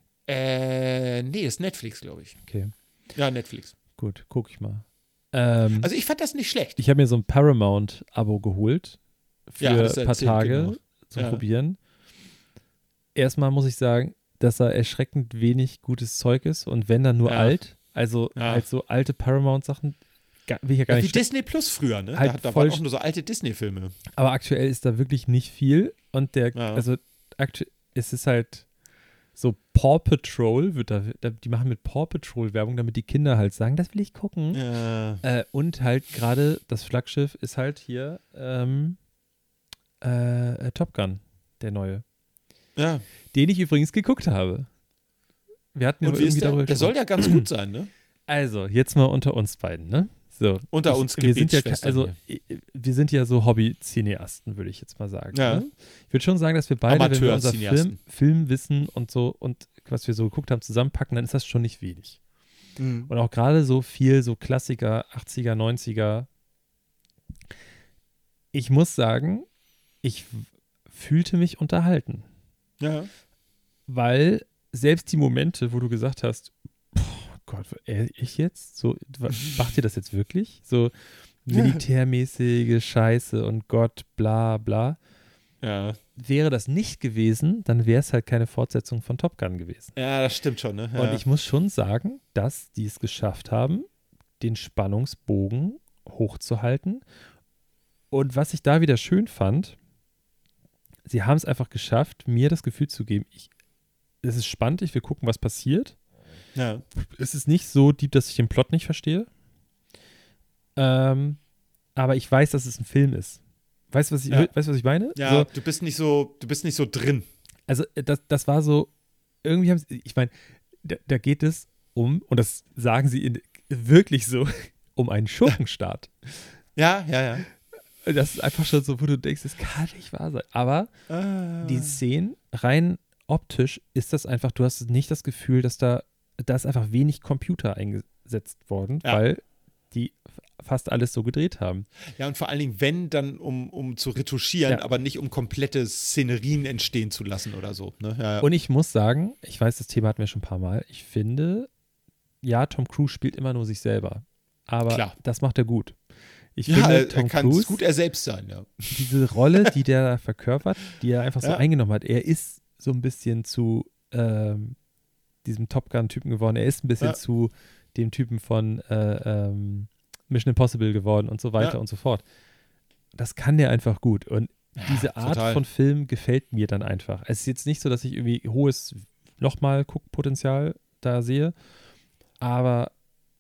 äh, nee, ist Netflix, glaube ich. Okay, Ja, Netflix. gut, guck ich mal. Ähm, Also ich fand das nicht schlecht. ich habe mir so ein Paramount-Abo geholt für Ja, ein das paar erzählt, Tage genau. zum Ja. Probieren. Erstmal muss ich sagen, dass da erschreckend wenig gutes Zeug ist und wenn dann nur Ja. alt, also Ja. halt so alte Paramount-Sachen, ga- will ich ja gar Ja, wie nicht. Disney Plus früher, ne? Halt da da voll waren auch nur so alte Disney-Filme. Aber aktuell ist da wirklich nicht viel und der, Ja. also aktuell es ist halt so Paw Patrol, wird da, da, die machen mit Paw Patrol Werbung, damit die Kinder halt sagen, das will ich gucken. Ja. Äh, und halt gerade das Flaggschiff ist halt hier ähm, äh, Top Gun, der neue. ja. Den ich übrigens geguckt habe. Wir hatten ja Und wie irgendwie ist der? darüber Der soll gesprochen. ja ganz gut sein, ne? Also, jetzt mal unter uns beiden, ne? So. Unter ich, uns wir sind ja, Gebetsschwestern also i- wir sind ja so Hobby-Cineasten, würde ich jetzt mal sagen. Ja. Ne? Ich würde schon sagen, dass wir beide, wenn wir unser Film, Amateur-Cineasten. Filmwissen und so und was wir so geguckt haben, zusammenpacken, dann ist das schon nicht wenig. Mhm. Und auch gerade so viel so Klassiker, achtziger, neunziger. Ich muss sagen, ich w- fühlte mich unterhalten, Ja. weil selbst die Momente, wo du gesagt hast, boah, Gott, äh, ich jetzt? So, macht ihr das jetzt wirklich? So militärmäßige Scheiße und Gott, bla bla. Ja. Wäre das nicht gewesen, dann wäre es halt keine Fortsetzung von Top Gun gewesen. Ja, das stimmt schon, ne? Ja. Und ich muss schon sagen, dass die es geschafft haben, den Spannungsbogen hochzuhalten. Und was ich da wieder schön fand, sie haben es einfach geschafft, mir das Gefühl zu geben, ich, es ist spannend, ich will gucken, was passiert. Ja. Es ist nicht so deep, dass ich den Plot nicht verstehe. Ähm, aber ich weiß, dass es ein Film ist. Weißt du, was ich, Ja. weißt, was ich meine? Ja, So, du bist nicht so, du bist nicht so drin. also das, das war so, irgendwie haben sie, ich meine, da, da geht es um, und das sagen sie in, wirklich so, um einen Schurkenstaat. Ja, ja, ja. Das ist einfach schon so, wo du denkst, das kann nicht wahr sein. Aber Ah. die Szenen, rein optisch, ist das einfach, du hast nicht das Gefühl, dass da, da ist einfach wenig Computer eingesetzt worden, Ja. weil die fast alles so gedreht haben. Ja, und vor allen Dingen, wenn, dann um, um zu retuschieren, Ja. aber nicht um komplette Szenerien entstehen zu lassen oder so. Ne? Ja, ja. Und ich muss sagen, ich weiß, das Thema hatten wir schon ein paar Mal, ich finde, ja, Tom Cruise spielt immer nur sich selber. Aber Klar. das macht er gut. Ich ja, finde, er, Tom er kann Cruise, gut er selbst sein, ja. diese Rolle, die der verkörpert, die er einfach so Ja. eingenommen hat, er ist so ein bisschen zu ähm, diesem Top Gun-Typen geworden. Er ist ein bisschen Ja. zu dem Typen von äh, ähm, Mission Impossible geworden und so weiter Ja. und so fort. Das kann der einfach gut. Und diese Art total. von Film gefällt mir dann einfach. Es ist jetzt nicht so, dass ich irgendwie hohes nochmal Guckpotenzial da sehe, aber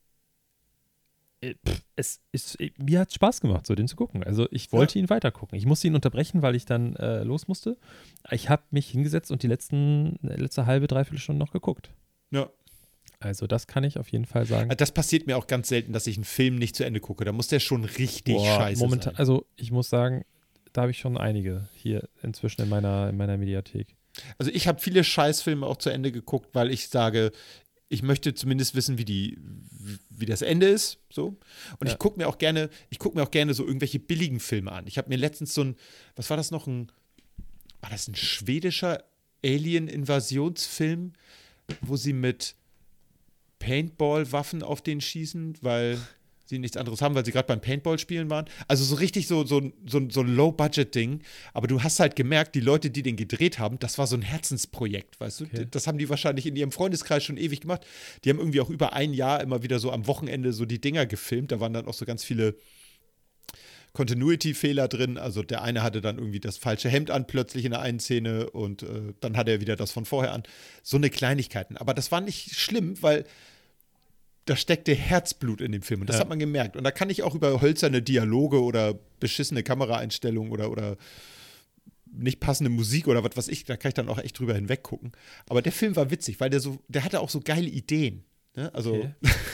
äh, pff, es ist, äh, mir hat es Spaß gemacht, so den zu gucken. Also ich wollte ihn weiter gucken. Ich musste ihn unterbrechen, weil ich dann äh, los musste. Ich habe mich hingesetzt und die letzten, letzte halbe, dreiviertel Stunde noch geguckt. Ja. Also das kann ich auf jeden Fall sagen. Das passiert mir auch ganz selten, dass ich einen Film nicht zu Ende gucke. Da muss der schon richtig Boah, scheiße momentan, sein. also ich muss sagen, da habe ich schon einige hier inzwischen in meiner, in meiner Mediathek. Also ich habe viele Scheißfilme auch zu Ende geguckt, weil ich sage, ich möchte zumindest wissen, wie die, wie das Ende ist. So. Und Ja. ich gucke mir auch gerne, ich gucke mir auch gerne so irgendwelche billigen Filme an. Ich habe mir letztens so ein, was war das noch, ein, war das ein schwedischer Alien-Invasionsfilm, wo sie mit Paintball-Waffen auf den schießen, weil sie nichts anderes haben, weil sie gerade beim Paintball-Spielen waren. Also so richtig so, so, so, so ein Low-Budget-Ding. Aber du hast halt gemerkt, die Leute, die den gedreht haben, das war so ein Herzensprojekt, weißt du? Okay. Das haben die wahrscheinlich in ihrem Freundeskreis schon ewig gemacht. Die haben irgendwie auch über ein Jahr immer wieder so am Wochenende so die Dinger gefilmt. Da waren dann auch so ganz viele Continuity-Fehler drin. Also der eine hatte dann irgendwie das falsche Hemd an plötzlich in der einen Szene und äh, dann hatte er wieder das von vorher an. So eine Kleinigkeiten. Aber das war nicht schlimm, weil da steckte Herzblut in dem Film und das Ja. hat man gemerkt. Und da kann ich auch über hölzerne Dialoge oder beschissene Kameraeinstellungen oder, oder nicht passende Musik oder was weiß ich, da kann ich dann auch echt drüber hinweg gucken. Aber der Film war witzig, weil der so, der hatte auch so geile Ideen. Ne? Also Okay.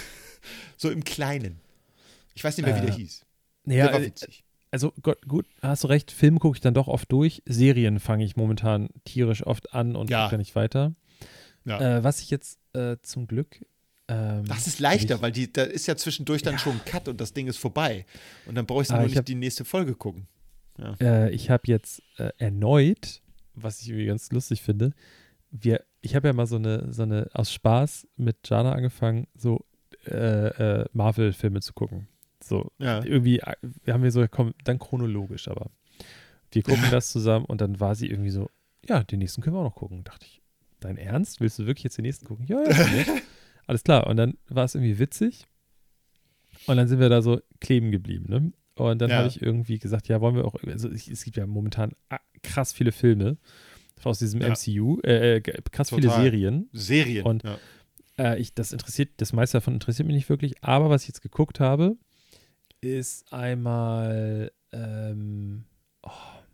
so im Kleinen. Ich weiß nicht mehr, wie der Äh, hieß. Ja, Der war äh, witzig. also Gott, gut, hast du recht, Filme gucke ich dann doch oft durch. Serien fange ich momentan tierisch oft an und Ja. gucke dann nicht weiter. Ja. Äh, was ich jetzt äh, zum Glück ähm, Das ist leichter, ich, weil die, da ist ja zwischendurch dann Ja. schon ein Cut und das Ding ist vorbei. Und dann brauchst du Aber nur ich nicht hab- die nächste Folge gucken. äh, ich habe jetzt äh, erneut, was ich irgendwie ganz lustig finde, wir, ich habe ja mal so eine, so eine, aus Spaß mit Jana angefangen, so äh, äh, Marvel-Filme zu gucken. So, Ja. irgendwie, äh, wir haben wir so, komm, dann chronologisch, aber wir gucken das zusammen und dann war sie irgendwie so, ja, den nächsten können wir auch noch gucken. Dachte ich, dein Ernst? Willst du wirklich jetzt den nächsten gucken? Ja, ja. ja. Alles klar. Und dann war es irgendwie witzig und dann sind wir da so kleben geblieben, ne? Und dann Ja. habe ich irgendwie gesagt, ja, wollen wir auch, also ich, es gibt ja momentan ah, krass viele Filme aus diesem Ja. M C U, äh, äh, krass viele Total. Serien. Serien. Und- ja. Äh, ich, das interessiert, das meiste davon interessiert mich nicht wirklich, aber was ich jetzt geguckt habe, ist einmal, ähm, oh,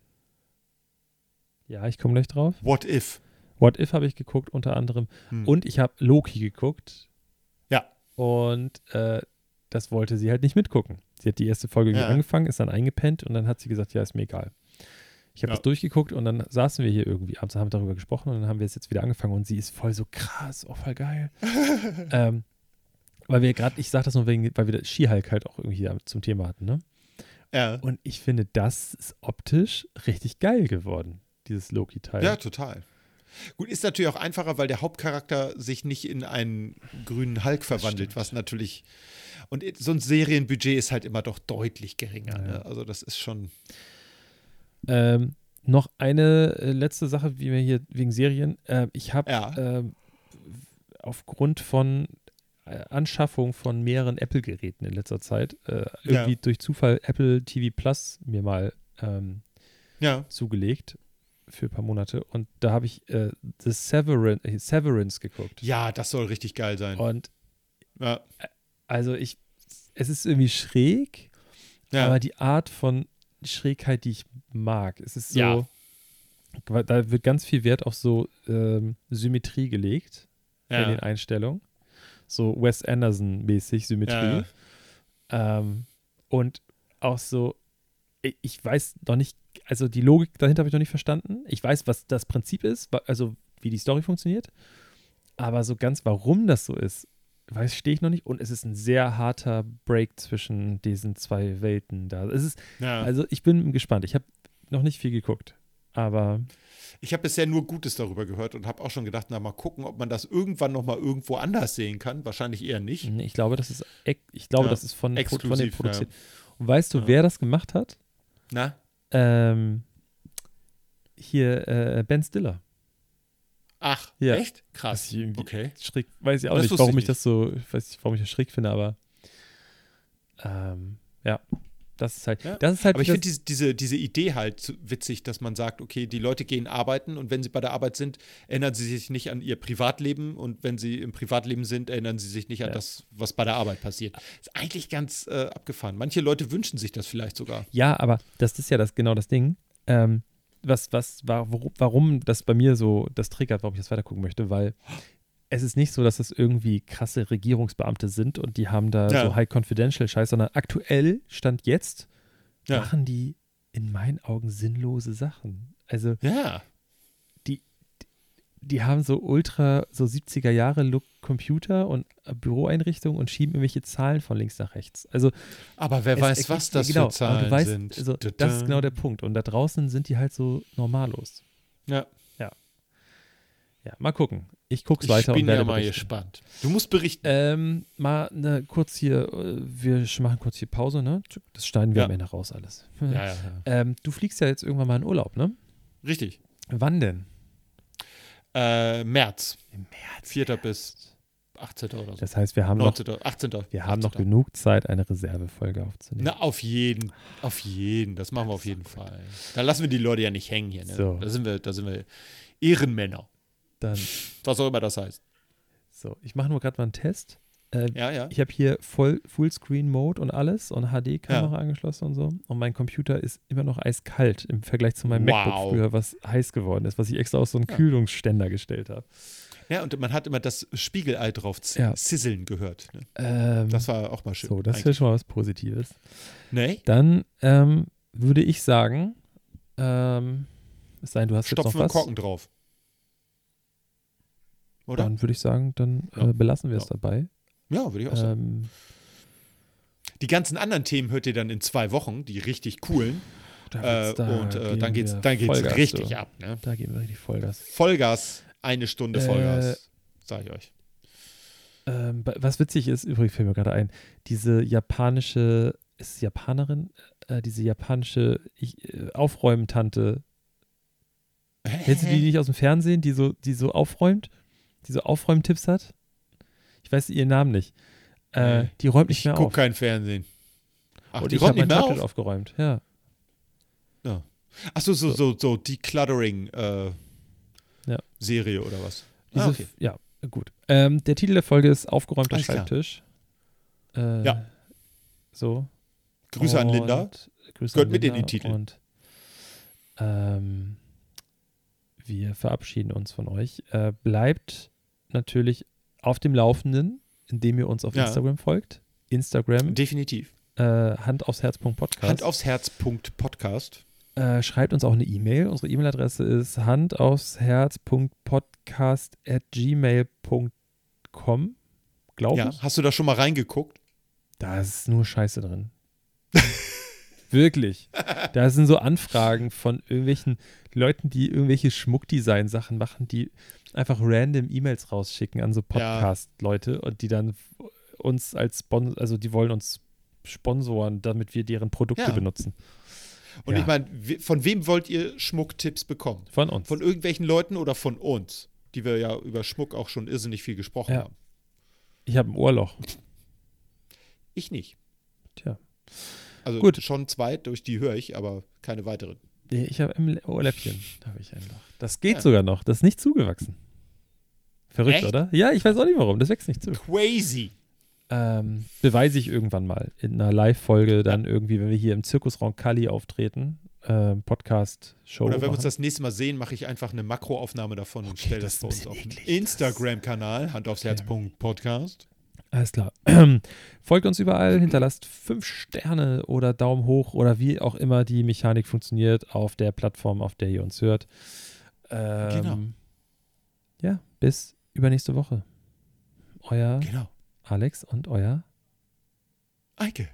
ja, ich komme gleich drauf. What if? What If habe ich geguckt, unter anderem. Hm. Und ich habe Loki geguckt. Ja. Und äh, das wollte sie halt nicht mitgucken. Sie hat die erste Folge irgendwie Ja. angefangen, ist dann eingepennt und dann hat sie gesagt, ja, ist mir egal. Ich habe Ja. das durchgeguckt und dann saßen wir hier irgendwie abends, haben darüber gesprochen und dann haben wir es jetzt wieder angefangen und sie ist voll so krass, oh, voll geil. ähm, weil wir gerade, ich sage das nur wegen, weil wir das She-Hulk halt auch irgendwie zum Thema hatten, ne? Ja. Und ich finde, das ist optisch richtig geil geworden, dieses Loki-Teil. Ja, total. Gut, ist natürlich auch einfacher, weil der Hauptcharakter sich nicht in einen grünen Hulk verwandelt, was natürlich. Und so ein Serienbudget ist halt immer doch deutlich geringer. Ja. Ne? Also, das ist schon. Ähm, noch eine äh, letzte Sache, wie wir hier wegen Serien. Äh, ich habe Ja. äh, aufgrund von äh, Anschaffung von mehreren Apple-Geräten in letzter Zeit äh, irgendwie Ja. durch Zufall Apple T V Plus mir mal ähm, Ja. zugelegt für ein paar Monate. Und da habe ich äh, The Severin, äh, Severance geguckt. Ja, das soll richtig geil sein. Und Ja. also ich, es ist irgendwie schräg, Ja. aber die Art von Schrägheit, die ich mag, es ist so, Ja. da wird ganz viel Wert auf so ähm, Symmetrie gelegt in Ja. den Einstellungen. So Wes Anderson-mäßig Symmetrie. Ähm, und auch so, ich, ich weiß noch nicht, also die Logik dahinter habe ich noch nicht verstanden. Ich weiß, was das Prinzip ist, wa- also wie die Story funktioniert. Aber so ganz, warum das so ist, weiß, stehe ich noch nicht. Und es ist ein sehr harter Break zwischen diesen zwei Welten da. Es ist, Ja. also ich bin gespannt. Ich habe noch nicht viel geguckt, aber Ich habe bisher nur Gutes darüber gehört und habe auch schon gedacht, na mal gucken, ob man das irgendwann noch mal irgendwo anders sehen kann. Wahrscheinlich eher nicht. nee, ich glaube, das ist, ex- ich glaube, Ja, das ist von, von den exklusiv, Produzenten. Und weißt du, Ja. wer das gemacht hat? Na? Ähm, hier äh, Ben Stiller. Ach, Ja. echt? Krass. Was ich irgendwie Okay. schräg, weiß ich auch Das nicht, wusste warum ich ich das so, ich weiß nicht, warum ich das schräg finde, aber ähm, ja, das ist halt, Ja. das ist halt Aber ich das- finde diese, diese, diese Idee halt so witzig, dass man sagt, okay, die Leute gehen arbeiten und wenn sie bei der Arbeit sind, erinnern sie sich nicht an ihr Privatleben und wenn sie im Privatleben sind, erinnern sie sich nicht an Ja. das, was bei der Arbeit passiert. Ist eigentlich ganz äh, abgefahren. Manche Leute wünschen sich das vielleicht sogar. ja, aber das ist ja das genau das Ding. Ähm, was, was, war, warum, warum das bei mir so das triggert, warum ich das weitergucken möchte, weil es ist nicht so, dass das irgendwie krasse Regierungsbeamte sind und die haben da Ja. so High Confidential Scheiß, sondern aktuell, Stand jetzt, Ja. machen die in meinen Augen sinnlose Sachen. Also Ja. die haben so ultra, so siebziger Jahre Look Computer und äh, Büroeinrichtungen und schieben irgendwelche Zahlen von links nach rechts. Also Aber wer es weiß, ergibt- was das genau, für aber Zahlen du weißt, sind. Also, Da, das ist da. genau der Punkt. Und da draußen sind die halt so normallos. Ja. Ja, mal gucken. Ich guck's Ich weiter und bin werde ja mal berichten. gespannt. Du musst berichten. Ähm, mal ne, kurz hier, äh, wir sch- machen kurz hier Pause, ne? Das schneiden wir Ja. am Ende raus alles. Ja, ja, ja. Ähm, du fliegst ja jetzt irgendwann mal in Urlaub, ne? Richtig. Wann denn? Äh, März. Im März. vierter bis achtzehnter oder so. Das heißt, wir haben noch, neunzehnter, achtzehnter. wir haben noch achtzehnter. genug Zeit, eine Reservefolge aufzunehmen. Na, auf jeden. Auf jeden. Das machen wir auf jeden Fall. Da lassen wir die Leute ja nicht hängen hier. Ne? So. Da sind wir, da sind wir Ehrenmänner. Dann, Was auch immer das heißt. so, ich mache nur gerade mal einen Test. Äh, Ja, ja. Ich habe hier voll Fullscreen-Mode und alles und H D-Kamera angeschlossen und so. Und mein Computer ist immer noch eiskalt im Vergleich zu meinem Wow. MacBook früher, was heiß geworden ist, was ich extra auf so einen Ja. Kühlungsständer gestellt habe. Ja, und man hat immer das Spiegelei drauf z- Ja. sisseln gehört. Ne? Ähm, Das war auch mal schön. so, das wäre eigentlich. schon mal was Positives. Nee? Dann ähm, würde ich sagen, ähm, es sei denn, du hast Stopfen jetzt wir noch einen was. Korken drauf. Oder? Dann würde ich sagen, dann Ja. äh, belassen wir es Ja. dabei. Ja, würde ich auch sagen. Ähm, Die ganzen anderen Themen hört ihr dann in zwei Wochen, die richtig coolen. da Äh, wird's- da und äh, geben dann geht's, wir dann geht's Vollgas, richtig du. ab. Ne? Da geben wir richtig Vollgas. Vollgas, eine Stunde Äh, Vollgas, sag ich euch. Ähm, ba- was witzig ist, übrigens fällt mir gerade ein, diese japanische, ist sie Japanerin? Äh, diese japanische ich, äh, Aufräumen-Tante. Kennst du die nicht aus dem Fernsehen, die so, die so aufräumt? Die so Aufräumtipps hat? Ich weiß ihren Namen nicht. Äh, Nee. die räumt nicht Ich mehr guck auf. kein Fernsehen. Ach, Und die ich habe räumt mein nicht mehr Tablet auf? aufgeräumt. Ja. Ach so, so, So. so, so Decluttering äh, Ja. Serie oder was? Diese, Ah, okay. Ja, gut. Ähm, der Titel der Folge ist Aufgeräumter Alles klar. Schreibtisch. Äh, Ja. So. Grüße an Linda. Und Grüße Gehört an mit in Linda den Titel. Und ähm, wir verabschieden uns von euch. Äh, bleibt natürlich auf dem Laufenden, indem ihr uns auf Ja. Instagram folgt. Instagram, Definitiv. äh, Hand aufs Herz. Podcast. Hand aufs Herz. Punkt Podcast. Äh, schreibt uns auch eine E-Mail. Unsere E-Mail-Adresse ist hand aufs Herz. Podcast at gmail punkt com. Glaube Ja. ich. Hast du da schon mal reingeguckt? Da ist nur Scheiße drin. Wirklich. Da sind so Anfragen von irgendwelchen Leuten, die irgendwelche Schmuckdesign-Sachen machen, die einfach random E-Mails rausschicken an so Podcast-Leute und die dann uns als Sponsor, also die wollen uns sponsoren, damit wir deren Produkte Ja. benutzen. Und Ja. ich meine, we- von wem wollt ihr Schmucktipps bekommen? Von uns. Von irgendwelchen Leuten oder von uns? Die wir ja über Schmuck auch schon irrsinnig viel gesprochen Ja. haben. Ich habe ein Ohrloch. Ich nicht. Tja. Also Gut. schon zwei, durch die höre ich, aber keine weiteren. Nee, Ich habe im Ohrläppchen. Habe ich ein Loch. Das geht Ja. sogar noch. Das ist nicht zugewachsen. Verrückt, Echt? oder? Ja, ich weiß auch nicht warum. Das wächst nicht zu. Crazy. Ähm, beweise ich irgendwann mal in einer Live-Folge dann irgendwie, wenn wir hier im Zirkusraum Kali auftreten, ähm, Podcast-Show. Oder wenn wir uns machen. das nächste Mal sehen, mache ich einfach eine Makroaufnahme davon und Okay, stelle das das bei ist ein uns auf bisschen dem eklig, Instagram-Kanal, Hand aufs Herz. Podcast. Alles klar. Folgt uns überall, hinterlasst fünf Sterne oder Daumen hoch oder wie auch immer die Mechanik funktioniert auf der Plattform, auf der ihr uns hört. Ähm, Genau. Ja, bis übernächste Woche. Euer Genau. Alex und euer Eike.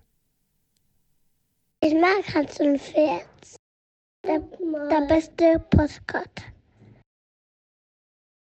Ich mag Hans und Pferd. Der, der beste Postkarte.